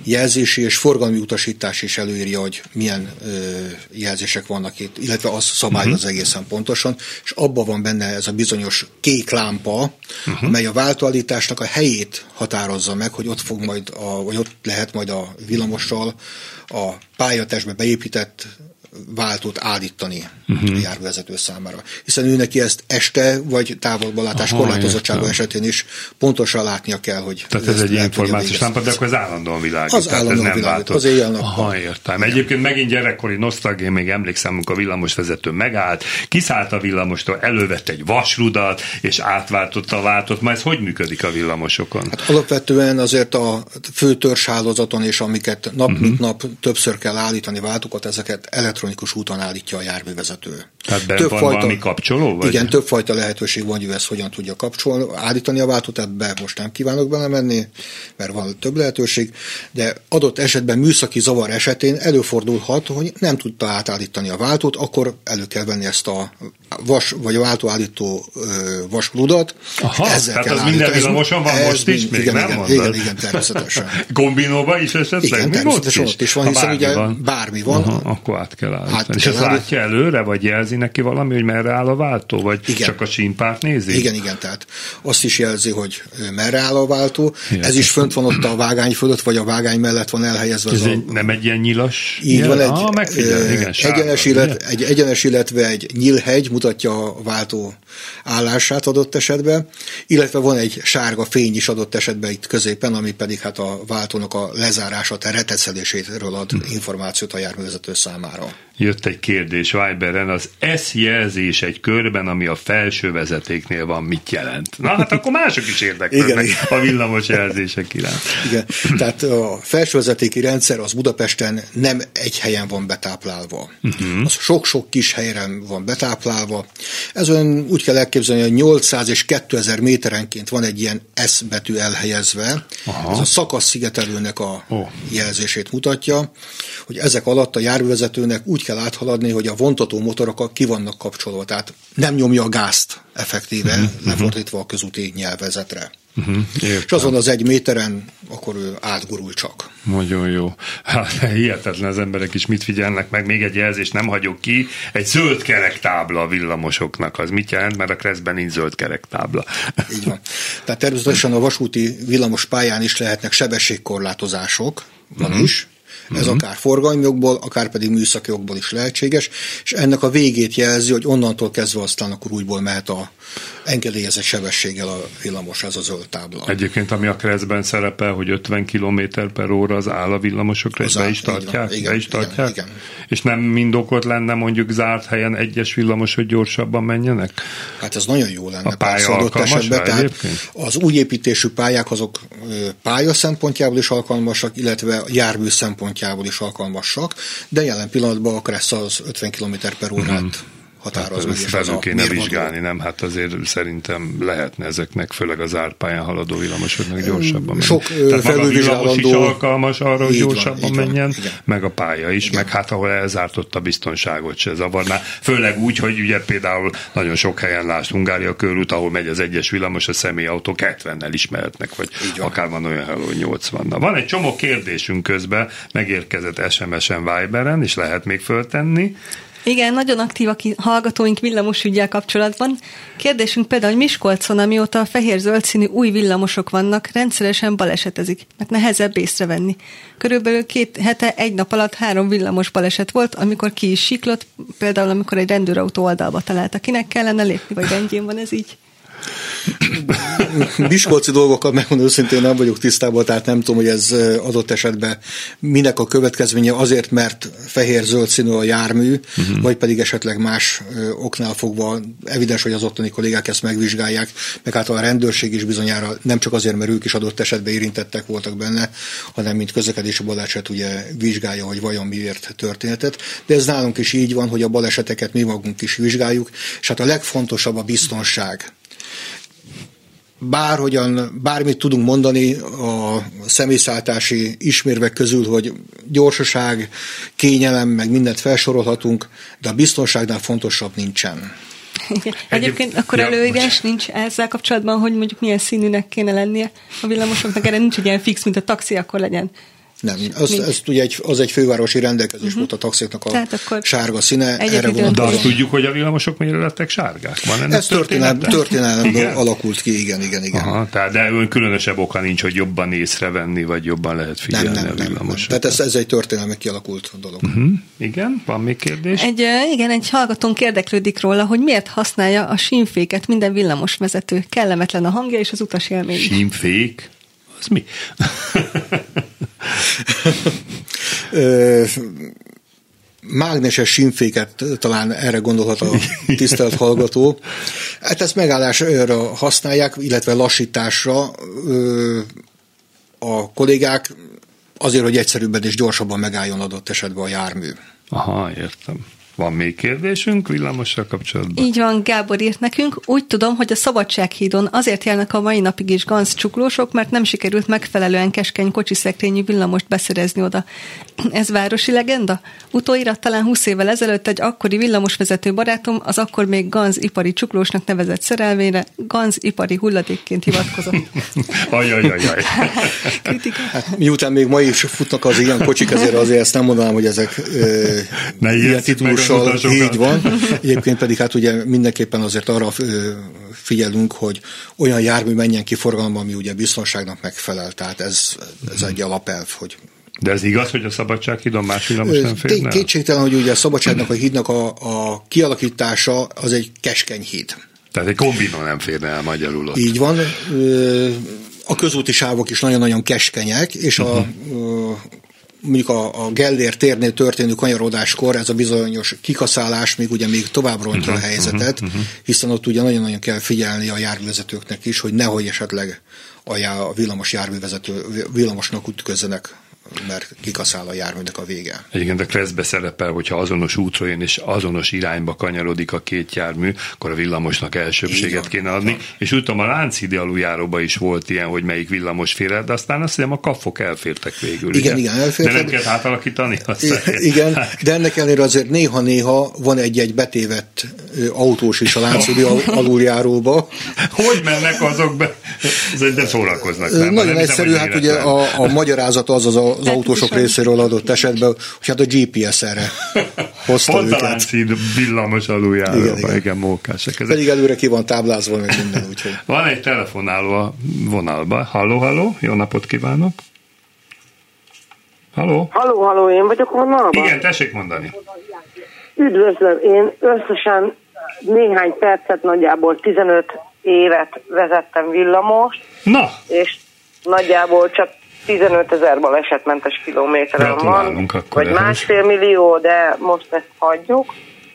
jelzési és forgalmi utasítás is előírja, hogy milyen jelzések vannak itt, illetve azt szabályoz egészen pontosan, és abban van benne ez a bizonyos kék lámpa, amely a váltóállításnak a helyét határozza meg, hogy ott fog majd vagy ott lehet majd a villamossal a pályatestbe beépített váltót állítani a járművezető számára. Hiszen ő neki ezt este vagy távolbalátás korlátozottsága esetén is pontosan látnia kell, hogy... Tehát ez egy információs lámpa, de akkor az állandóan világít. Az állandóan világít, az éjjel-nappal. Értem. Egyébként megint gyerekkori nosztalgia, még emlékszem, amikor a villamosvezető megállt, kiszállt a villamostól, elővett egy vasrudat, és átváltotta a váltót. Ma ez hogy működik a villamosokon? Hát alapvetően azért a fő törzshálózaton, és amiket nap mint nap többször kell állítani váltókat, ezeket elektronikus úton állítja a járművezető. Tehát benne van valami kapcsoló? Vagy? Igen, többfajta lehetőség van, hogy ezt hogyan tudja állítani a váltót, ebbe most nem kívánok belemenni, mert van több lehetőség, de adott esetben műszaki zavar esetén előfordulhat, hogy nem tudta átállítani a váltót, akkor elő kell venni ezt a vagy a váltóállító vasrudat. Tehát az minden villamoson van most is? Még nem mondod? Igen, természetesen. Kombinóba is esetleg? Igen, természetesen ott is van, hiszen ugye bármi van. Akkor át kell állítani. És ezt látja előre, vagy jelzi neki valami, hogy merre áll a váltó, vagy csak a símpárt nézi? Igen, tehát azt is jelzi, hogy merre áll a váltó. Ez is fönt van ott a vágány fölött, vagy a vágány mellett van elhelyezve. Ez nem egy ilyen nyilas? Így van, egy egyenes, illetve egy nyílhegy mutatja a váltó állását adott esetben, illetve van egy sárga fény is adott esetben itt középen, ami pedig hát a váltónak a lezárását, a reteszeléséről ad információt a járművezető számára. Jött egy kérdés Viberen, az S jelzés egy körben, ami a felső vezetéknél van, mit jelent? Na hát akkor mások is érdeklődnek a villamos jelzések iránt. Igen, tehát a felsővezetéki rendszer az Budapesten nem egy helyen van betáplálva. Az sok-sok kis helyen van betáplálva. Ez olyan úgy kell elképzelni, hogy 800 és 2000 méterenként van egy ilyen S betű elhelyezve. Ez a szakaszszigetelőnek a jelzését mutatja, hogy ezek alatt a járművezetőnek úgy kell áthaladni, hogy a vontató motorok ki vannak kapcsolva, tehát nem nyomja a gázt effektíve, lefordítva a közúti nyelvezetre. És azon az 1 méteren akkor ő átgurul csak. Nagyon jó. Hát hihetetlen, az emberek is mit figyelnek meg, még egy jelzést nem hagyok ki, egy zöld kerektábla a villamosoknak. Az mit jelent? Mert a Kreszben nincs zöld kerektábla. Így van. Tehát természetesen a vasúti villamos pályán is lehetnek sebességkorlátozások, van is. Ez akár forgalmi jogból, akár pedig műszaki jogból is lehetséges, és ennek a végét jelzi, hogy onnantól kezdve aztán akkor újból mehet a engedélyezett sebességgel a villamos, ez a zöld tábla. Egyébként, ami a Kreszben szerepel, hogy 50 km/h az áll a villamosokra, ezt be is tartják? Igen. És nem mindokot lenne mondjuk zárt helyen egyes villamos, hogy gyorsabban menjenek? Hát ez nagyon jó lenne. A pálya alkalmas rá egyébként? Az új építésű pályák azok pálya szempontjából is alkalmasak, illetve jármű szempontjából is alkalmasak, de jelen pillanatban a Kressz az 50 km/h határoz meg. Ezt felül kéne vizsgálni, nem? Hát azért szerintem lehetne ezeknek, főleg az árpályán haladó villamosoknak gyorsabban menni. Sok felülvizsgálandó... is alkalmas arra, hogy gyorsabban menjen, igen. Meg a pálya is, igen. Meg hát ahol elzártott a biztonságot se zavarná. Főleg úgy, hogy ugye például nagyon sok helyen lásd Hungária körút, ahol megy az egyes villamos, a személyautók 70-nel is mehetnek, vagy akár van olyan hely, hogy 80-nal. Van egy csomó kérdésünk közben, megérkezett SMS-en, Viberen, és lehet még föltenni. Igen, nagyon aktívak hallgatóink villamosüggyel kapcsolatban. Kérdésünk például, hogy Miskolcon, amióta a fehér-zöld színű új villamosok vannak, rendszeresen balesetezik, mert nehezebb észrevenni. Körülbelül 2 hete, 1 nap alatt 3 villamos baleset volt, amikor ki is siklott, például amikor egy rendőrautó oldalba találta. Kinek kellene lépni, vagy rendjén van ez így? Miskolci dolgokkal megmondom őszintén nem vagyok tisztában, tehát nem tudom, hogy ez adott esetben minek a következménye azért, mert fehér-zöld színű a jármű, vagy pedig esetleg más oknál fogva evidens, hogy az ottani kollégák ezt megvizsgálják, meg hát a rendőrség is bizonyára nem csak azért, mert ők is adott esetben érintettek voltak benne, hanem mint közlekedési baleset ugye vizsgálja, hogy vajon miért történetet. De ez nálunk is így van, hogy a baleseteket mi magunk is vizsgáljuk, és hát a legfontosabb a biztonság. Bármit tudunk mondani a személyszállítási ismérvek közül, hogy gyorsaság, kényelem, meg mindent felsorolhatunk, de a biztonságnál fontosabb nincsen. Egyébként akkor előírás nincs ezzel kapcsolatban, hogy mondjuk milyen színűnek kéne lennie a villamosoknak, erre nincs egy ilyen fix, mint a taxi, akkor legyen Nem, az ugye az egy fővárosi rendelkezés volt a taxiknak a sárga színe. Erre de azt tudjuk, hogy a villamosok miért lettek sárgák? Van ez történelem alakult ki, igen. Aha, de különösebb oka nincs, hogy jobban észrevenni, vagy jobban lehet figyelni a villamosokat. Tehát ez egy történelmi kialakult dolog. Igen, van még kérdés? Egy hallgatónk érdeklődik róla, hogy miért használja a símféket minden villamosvezető. Kellemetlen a hangja és az utasélmény. Símfék? Az mi? Mágneses símféket talán erre gondolhat a tisztelt hallgató. Hát ezt megállásra használják, illetve lassításra a kollégák azért, hogy egyszerűbben és gyorsabban megálljon adott esetben a jármű. Aha, értem. Van még kérdésünk villamossal kapcsolatban? Így van, Gábor írt nekünk. Úgy tudom, hogy a Szabadsághídon azért járnak a mai napig is ganz csuklósok, mert nem sikerült megfelelően keskeny kocsiszekrényű villamost beszerezni oda. Ez városi legenda? Utóirat talán 20 évvel ezelőtt egy akkori villamosvezető barátom az akkor még ganz ipari csuklósnak nevezett szerelvényre ganz ipari hulladékként hivatkozott. Ajajajaj. Hát, miután még ma is futnak az ilyen kocsik, azért ezt nem mondanám, hogy ezek ilyen titulussal így van. Egyébként pedig hát ugye mindenképpen azért arra figyelünk, hogy olyan jármű menjen ki forgalomban, ami ugye biztonságnak megfelel. Tehát ez egy alapelv, hogy de ez igaz, hogy a Szabadsághídon más villamos nem férne? Kétségtelen, hogy ugye a Szabadságnak a hídnak a kialakítása az egy keskeny híd. Tehát egy kombinó nem férne el magyarul ott. Így van. A közúti sávok is nagyon-nagyon keskenyek, és mondjuk a Gellért térnél történő kanyarodáskor ez a bizonyos kikaszálás még tovább rontja a helyzetet, hiszen ott ugye nagyon-nagyon kell figyelni a járművezetőknek is, hogy nehogy esetleg a villamosnak ütközzenek, mert kikaszál a járműnek a vége. Egyébként a Kreszbe szerepel, hogyha azonos útra jön és azonos irányba kanyarodik a két jármű, akkor a villamosnak elsőbséget kéne adni. És úgy tudom, a Lánchídi aluljáróban is volt ilyen, hogy melyik villamos fér, de aztán azt hiszem a kaffok elfértek végül. Igen, elfértek. De nem kellett átalakítani? Igen, de ennek ellenére azért néha-néha van egy betévett autós is a Lánchídi aluljáróba. Hogy mennek azok be? De szórakoznak. Nagyon egyszerű, hát ugye a magyarázat az autósok részéről adott esetben, hogy hát a GPS erre hozta pont őket. Pont a Lánchíd villamos aluljáróba, igen, mókások ezek. Pedig előre ki van táblázva, meg minden, úgyhogy. Van egy telefonáló a vonalban. Halló, jó napot kívánok! Halló, én vagyok vonalban? Igen, tessék mondani. Üdvözlöm, én összesen néhány percet, nagyjából 15 évet vezettem villamost. Na! És nagyjából csak 15 000 balesetmentes kilométeren van, vagy 1,5 millió, de most ezt hagyjuk.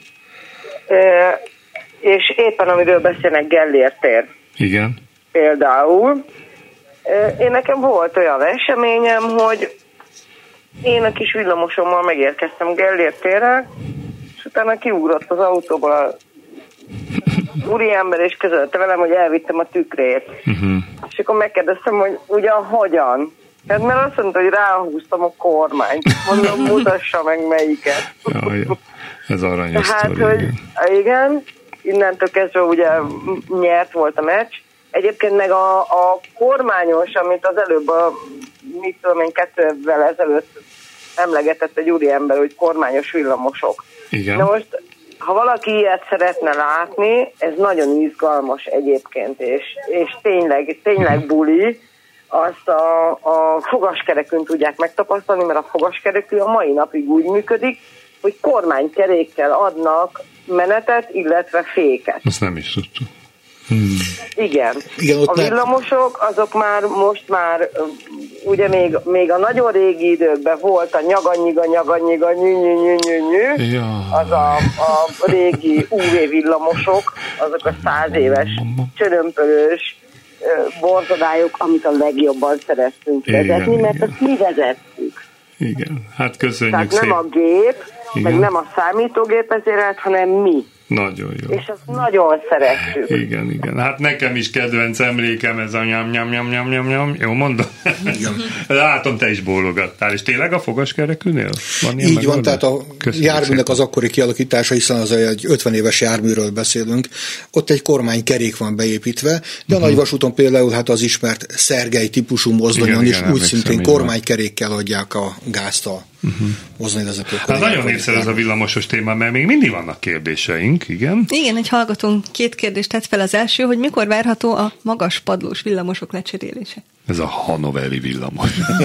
És éppen amiről beszélnek, Gellért tér. Igen. Például. Én nekem volt olyan eseményem, hogy én a kis villamosommal megérkeztem Gellért térre, és utána kiugrott az autóból a úriember, és közölte velem, hogy elvittem a tükrét. És akkor megkérdeztem, hogy ugyan hogyan? Hát mert azt mondta, hogy ráhúztam a kormányt. Mondom, mutassa meg melyiket. Jaj, ez aranyos tehát, sztori, hogy igen, innentől kezdve ugye nyert volt a meccs. Egyébként meg a kormányos, amit az előbb mit tudom én 2 évvel ezelőtt emlegetett egy úriember, hogy kormányos villamosok. Igen. De most, ha valaki ilyet szeretne látni, ez nagyon izgalmas egyébként, és tényleg buli, azt a fogaskerekűn tudják megtapasztalni, mert a fogaskerekű a mai napig úgy működik, hogy kormánykerékkel adnak menetet, illetve féket. Azt nem is tudtuk. Igen. A villamosok, azok most már ugye még a nagyon régi időkben volt a nyaganyiga, nyű, az a régi UV villamosok, azok a 100 éves csörömpölős borzadályok, amit a legjobban szerettünk vezetni, mert azt mi vezettük. Igen, hát köszönjük tehát nem a gép, meg nem a számítógép ezért, hanem mi. Nagyon jó. És azt nagyon szeretjük. Igen. Hát nekem is kedvenc emlékem ez a nyam. Jó mondom? Látom, te is bólogattál. És tényleg a fogaskerekűnél? Így van, tehát a járműnek az akkori kialakítása, hiszen az egy 50 éves járműről beszélünk, ott egy kormánykerék van beépítve, de a nagyvasúton például hát az ismert Szergely típusú mozdonyon is úgy szintén kormánykerékkel adják a gázt a mozdonyvezetők. Hát nagyon népszerű ez a villamosos téma, mert még mindig vannak kérdéseink, igen? Igen, egy hallgatónk 2 kérdést tett fel. Az első, hogy mikor várható a magas padlós villamosok lecserélése? Ez a hannoveri villamos.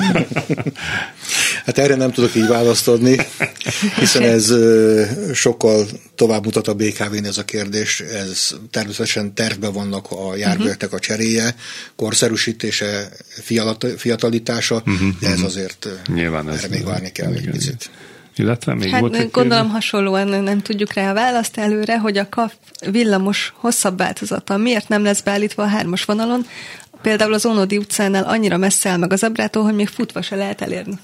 Hát erre nem tudok így választ adni, hiszen ez sokkal tovább mutat a BKV-n ez a kérdés. Ez természetesen tervben vannak a járműveknek a cseréje, korszerűsítése, fiatalítása, de ez azért nyilván erre még várni kell egy picit. Illetve még volt egy gondolom hasonlóan nem tudjuk rá a választ előre, hogy a KAF villamos hosszabb változata miért nem lesz beállítva a 3-as vonalon, például az Ónodi utcánál annyira messze áll meg az Zebrától, hogy még futva se lehet elérni.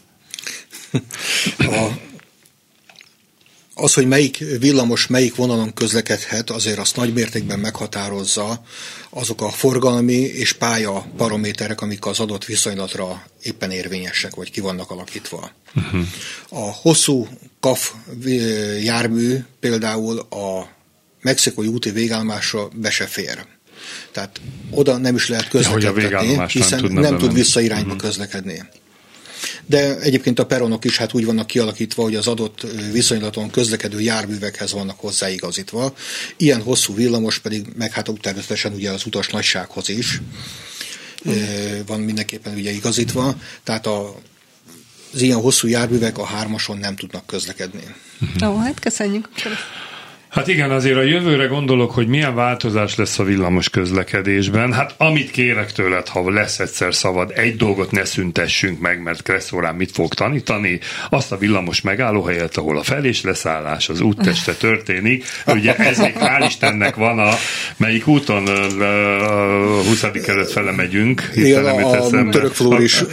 Az, hogy melyik villamos melyik vonalon közlekedhet, azért azt nagy mértékben meghatározza azok a forgalmi és pálya paraméterek, amik az adott viszonylatra éppen érvényesek, vagy ki vannak alakítva. A hosszú KAF jármű például a mexikói úti végállomásra be se fér. Tehát oda nem is lehet közlekedni, hiszen nem tud visszairányba közlekedni. De egyébként a peronok is hát úgy vannak kialakítva, hogy az adott viszonylaton közlekedő járművekhez vannak hozzáigazítva. Ilyen hosszú villamos pedig, meg hát természetesen ugye az utas nagysághoz is van mindenképpen ugye igazítva. Tehát az ilyen hosszú járművek a 3-ason nem tudnak közlekedni. Ó, hát köszönjük. Hát igen, azért a jövőre gondolok, hogy milyen változás lesz a villamos közlekedésben. Hát amit kérek tőled, ha lesz egyszer szabad, egy dolgot ne szüntessünk meg, mert Kresszórán mit fog tanítani, azt a villamos megállóhelyet, ahol a fel- és leszállás az útteste történik. Ugye ez még hál' Istennek van melyik úton 20. kerület fele megyünk. Igen, a Törökflór is,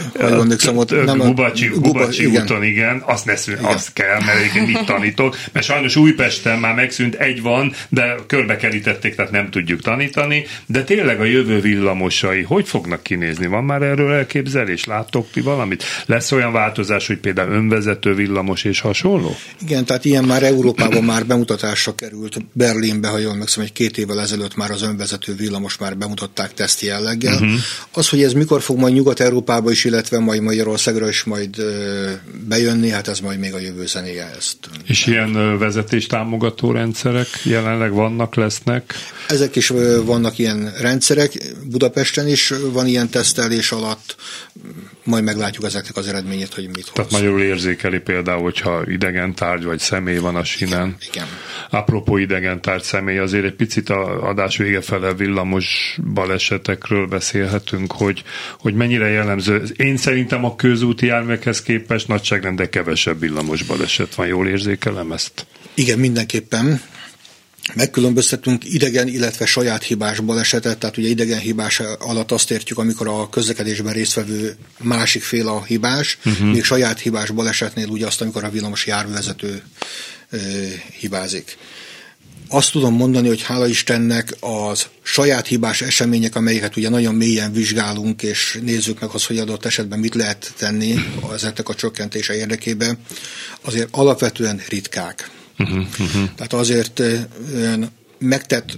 Gubacsi úton, igen, azt kell, mert egyébként mit tanítok, mert sajnos Újpesten már megszűnt, egy van, de körbekerítették, tehát nem tudjuk tanítani, de tényleg a jövő villamosai hogy fognak kinézni? Van már erről elképzelés? Láttok ti valamit? Lesz olyan változás, hogy például önvezető villamos és hasonló? Igen, tehát ilyen már Európában már bemutatásra került. Berlinbe, ha jól megszem, egy 2 évvel ezelőtt már az önvezető villamos már bemutatták teszti jelleggel. Az, hogy ez mikor fog majd Nyugat-Európába is, illetve majd Magyarországra is majd bejönni, hát ez majd még a jövő zenéje ezt. És ilyen vezetéstámogató rendszerek jelenleg vannak, lesznek? Ezek is vannak ilyen rendszerek, Budapesten is van ilyen tesztelés alatt, majd meglátjuk ezeknek az eredményét, hogy mit hoz. Tehát magyarul érzékeli például, hogyha idegen tárgy vagy személy van a sínen. Igen. Apropó idegen tárgy személy, azért egy picit a adás vége fele villamos balesetekről beszélhetünk, hogy mennyire jellemző. Én szerintem a közúti járművekhez képest nagyságrendel kevesebb villamos baleset van. Jól érzékelem ezt? Igen, mindenképpen. Megkülönböztetünk idegen, illetve saját hibás balesetet, tehát ugye idegen hibás alatt azt értjük, amikor a közlekedésben résztvevő másik fél a hibás, még saját hibás balesetnél ugye azt, amikor a villamos járművezető hibázik. Azt tudom mondani, hogy hála Istennek az saját hibás események, amelyeket ugye nagyon mélyen vizsgálunk, és nézzük meg azt, hogy adott esetben mit lehet tenni ezeknek a csökkentése érdekében, azért alapvetően ritkák. Tehát azért megtett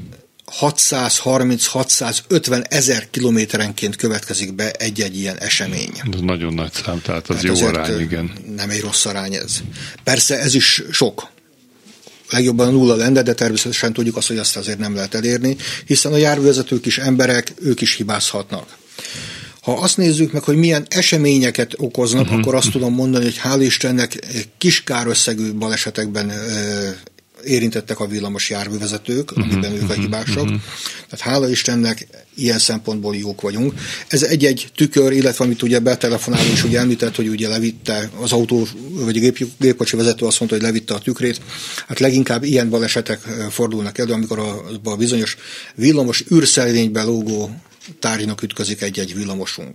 630-650 ezer kilométerenként következik be egy-egy ilyen esemény. Ez nagyon nagy szám, tehát az jó arány, igen. Nem egy rossz arány ez. Persze ez is sok. Legjobban a nulla lenne, de természetesen tudjuk azt, hogy azt azért nem lehet elérni, hiszen a járművezetők is emberek, ők is hibázhatnak. Ha azt nézzük meg, hogy milyen eseményeket okoznak, akkor azt tudom mondani, hogy hál' Istennek kis kárösszegű balesetekben érintettek a villamos járművezetők, amiben ők a hibások. Tehát hála Istennek ilyen szempontból jók vagyunk. Ez egy-egy tükör, illetve amit ugye betelefonáló is ugye említett, hogy ugye levitte az autó, vagy a gépkocsi vezető azt mondta, hogy levitte a tükrét. Hát leginkább ilyen balesetek fordulnak elő, amikor a bizonyos villamos űrszelvényben lógó tárgynak ütközik egy-egy villamosunk.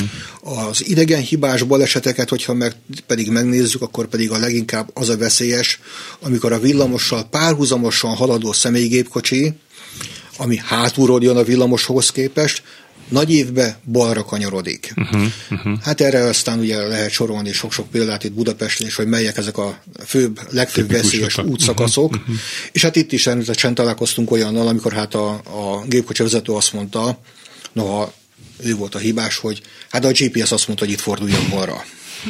Az idegen hibás baleseteket, hogyha pedig megnézzük, akkor pedig a leginkább az a veszélyes, amikor a villamossal párhuzamosan haladó személygépkocsi, ami hátulról jön a villamoshoz képest, nagy évbe balra kanyarodik. Hát erre aztán ugye lehet sorolni sok-sok példát itt Budapesten is, hogy melyek ezek a legfőbb veszélyes útszakaszok. És hát itt is természetesen találkoztunk olyannal, amikor hát a gépkocsi vezető azt mondta, noha ő volt a hibás, hogy hát a GPS azt mondta, hogy itt forduljon balra.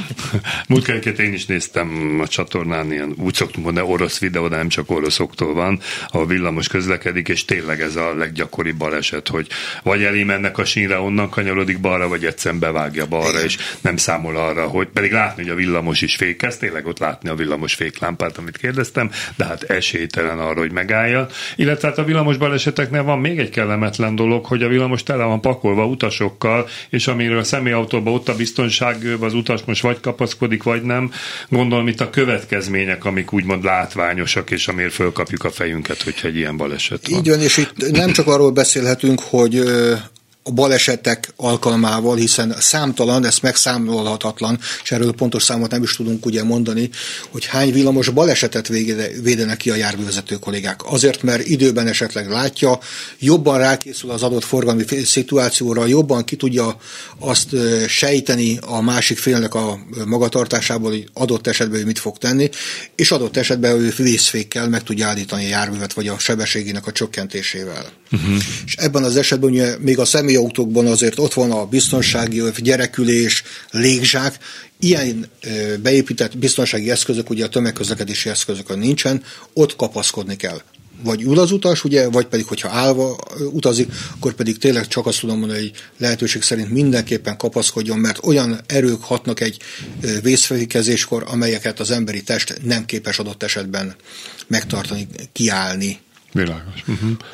Múltkor én is néztem a csatornán, ilyen, úgy szoktunk mondani, orosz videó, de nem csak oroszoktól van, ahol villamos közlekedik, és tényleg ez a leggyakoribb baleset, hogy vagy elé mennek a sínre, onnan kanyarodik balra, vagy egyszerűen bevágja balra, és nem számol arra, hogy pedig látni, hogy a villamos is fékez, tényleg ott látni a villamos féklámpát, amit kérdeztem, de hát esélytelen arra, hogy megállja. Illetve hát a villamos baleseteknél van még egy kellemetlen dolog, hogy a villamos tele van pakolva utasokkal, és amiről a személyautóban ott a biztonság, az utas most vagy kapaszkodik, vagy nem. Gondolom itt a következmények, amik úgymond látványosak, és amiért fölkapjuk a fejünket, hogyha egy ilyen baleset van. Így van, és itt nem csak arról beszélhetünk, hogy a balesetek alkalmával, hiszen számtalan, ez megszámolhatatlan, és erről pontos számot nem is tudunk ugye mondani, hogy hány villamos balesetet védenek ki a járművezető kollégák. Azért, mert időben esetleg látja, jobban rákészül az adott forgalmi szituációra, jobban ki tudja azt sejteni a másik félnek a magatartásából, hogy adott esetben ő mit fog tenni, és adott esetben ő vészfékkel meg tudja állítani a járművet, vagy a sebességének a csökkentésével. És ebben az esetben ugye még a személyautókban azért ott van a biztonsági gyerekülés, légzsák, ilyen beépített biztonsági eszközök, ugye a tömegközlekedési eszközökön nincsen, ott kapaszkodni kell. Vagy ül az utas, ugye, vagy pedig, hogyha állva utazik, akkor pedig tényleg csak azt tudom mondani, hogy lehetőség szerint mindenképpen kapaszkodjon, mert olyan erők hatnak egy vészfékezéskor, amelyeket az emberi test nem képes adott esetben megtartani, kiállni. Világos.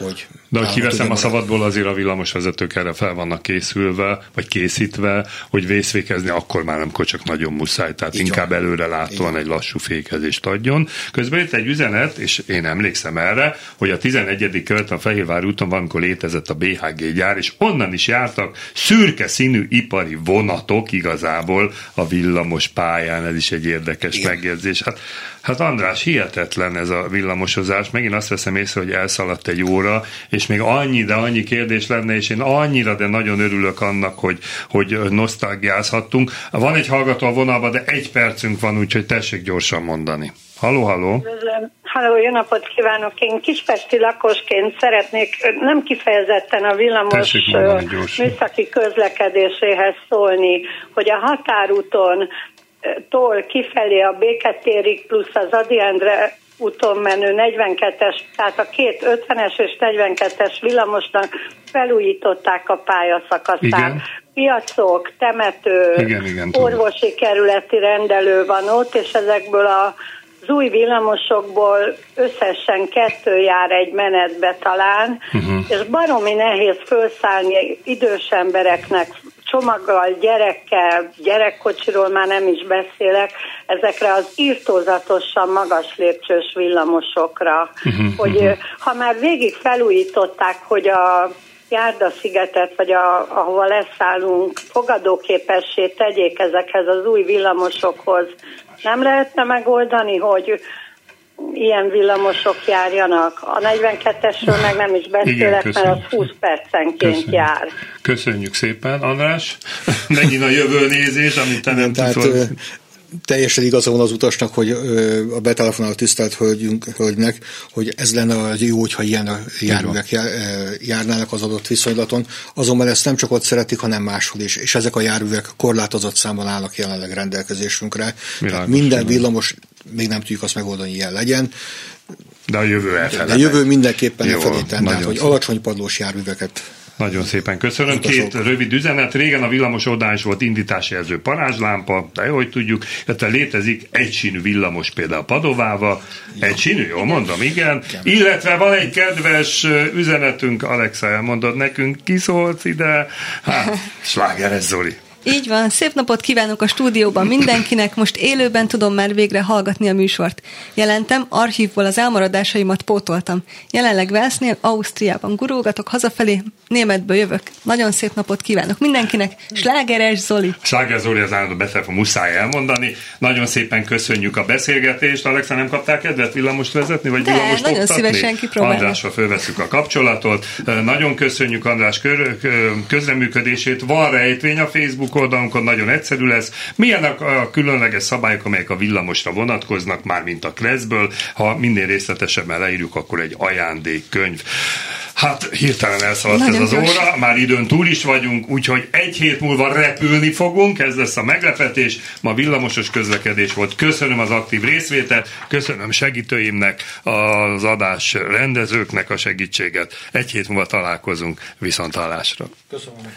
De hogy kiveszem a szabadból, azért a villamosvezetők erre fel vannak készülve, vagy készítve, hogy vészfékezni akkor már nem, csak nagyon muszáj, tehát így inkább előre látóan egy lassú fékezést adjon. Közben itt egy üzenet, és én emlékszem erre, hogy a 11. kerületen a Fehérvári úton valamikor létezett a BHG gyár, és onnan is jártak szürke színű ipari vonatok igazából a villamos pályán, ez is egy érdekes megjegyzés. Hát András, hihetetlen ez a villamosozás, megint azt veszem észre, hogy elszaladt egy óra, és még annyi kérdés lenne, és én annyira, de nagyon örülök annak, hogy nosztalgiázhattunk. Van egy hallgató a vonalban, de 1 percünk van, úgyhogy tessék gyorsan mondani. Halló. Halló, jó napot kívánok! Én kispesti lakosként szeretnék nem kifejezetten a villamos műszaki közlekedéséhez szólni, hogy a határúton tól kifelé a Béketérig plusz az Ady Endre úton menő 42-es, tehát a két 50-es és 42-es villamosnak felújították a pályaszakaszát. Igen. Piacok, temető, igen, orvosi kerületi rendelő van ott, és ezekből az új villamosokból összesen 2 jár egy menetbe talán, és baromi nehéz felszállni idős embereknek, csomaggal, gyerekkel, gyerekkocsiról már nem is beszélek, ezekre az irtózatosan magas lépcsős villamosokra, hogy ha már végig felújították, hogy a Járdaszigetet, vagy ahova leszállunk, fogadóképessé tegyék ezekhez az új villamosokhoz, nem lehetne megoldani, hogy ilyen villamosok járjanak. A 42-esről meg nem is beszélek, mert az 20 percenként jár. Köszönjük szépen, András. Megint a jövőnézés, amit te nem tudsz. Teljesen igaza van az utasnak, hogy a betelefonáló tisztelt hölgynek, hogy ez lenne az jó, hogyha ilyen járművek járnának az adott viszonylaton. Azonban ezt nem csak ott szeretik, hanem máshol is. És ezek a járművek korlátozott számban állnak jelenleg rendelkezésünkre. Minden villamos, még nem tudjuk azt megoldani, ilyen legyen. De a jövő elfelé. A jövő mindenképpen elfelé, tehát hogy alacsony padlós járműveket. Nagyon szépen köszönöm. 2 rövid üzenet. Régen a villamosodán is volt indításjelző parázslámpa, de jó, hogy tudjuk, illetve létezik egysínű villamos például Padovával. Egysínű, jól mondom, igen. Illetve van egy kedves üzenetünk, Alexa, elmondod nekünk, ki szólsz ide? Slágeres Zoli. Így van, szép napot kívánok a stúdióban mindenkinek, most élőben tudom már végre hallgatni a műsort. Jelentem, archívból az elmaradásaimat pótoltam. Jelenleg Velsznél, Ausztriában gurulgatok, hazafelé, németből jövök. Nagyon szép napot kívánok mindenkinek, Slágeres Zoli. Sláger Zoli az állandó betelefon, muszáj elmondani. Nagyon szépen köszönjük a beszélgetést. Alexa, nem kaptál kedvet villamost vezetni, vagy villamost nagyon oktatni? Szívesen kipróbálom. Andrással fölvesszük a kapcsolatot. Nagyon köszönjük András közreműködését. Van rejtvény a Facebook oldalunkon, nagyon egyszerű lesz. Milyen a különleges szabályok, amelyek a villamosra vonatkoznak, már mint a Kreszből. Ha minél részletesebben leírjuk, akkor egy ajándékkönyv. Hát hirtelen elszaladt nagyon ez az óra, már időn túl is vagyunk, úgyhogy egy hét múlva repülni fogunk, ez lesz a meglepetés. Ma villamosos közlekedés volt. Köszönöm az aktív részvételt, köszönöm segítőimnek, az adás rendezőknek a segítséget. Egy hét múlva találkozunk, viszonthallásra. Köszönöm.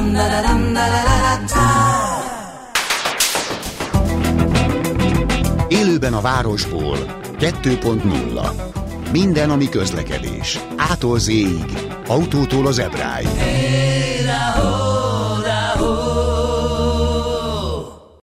Élőben a városból 2.0. Minden, ami közlekedés. A-tól Z-ig. Autótól az Ebráig.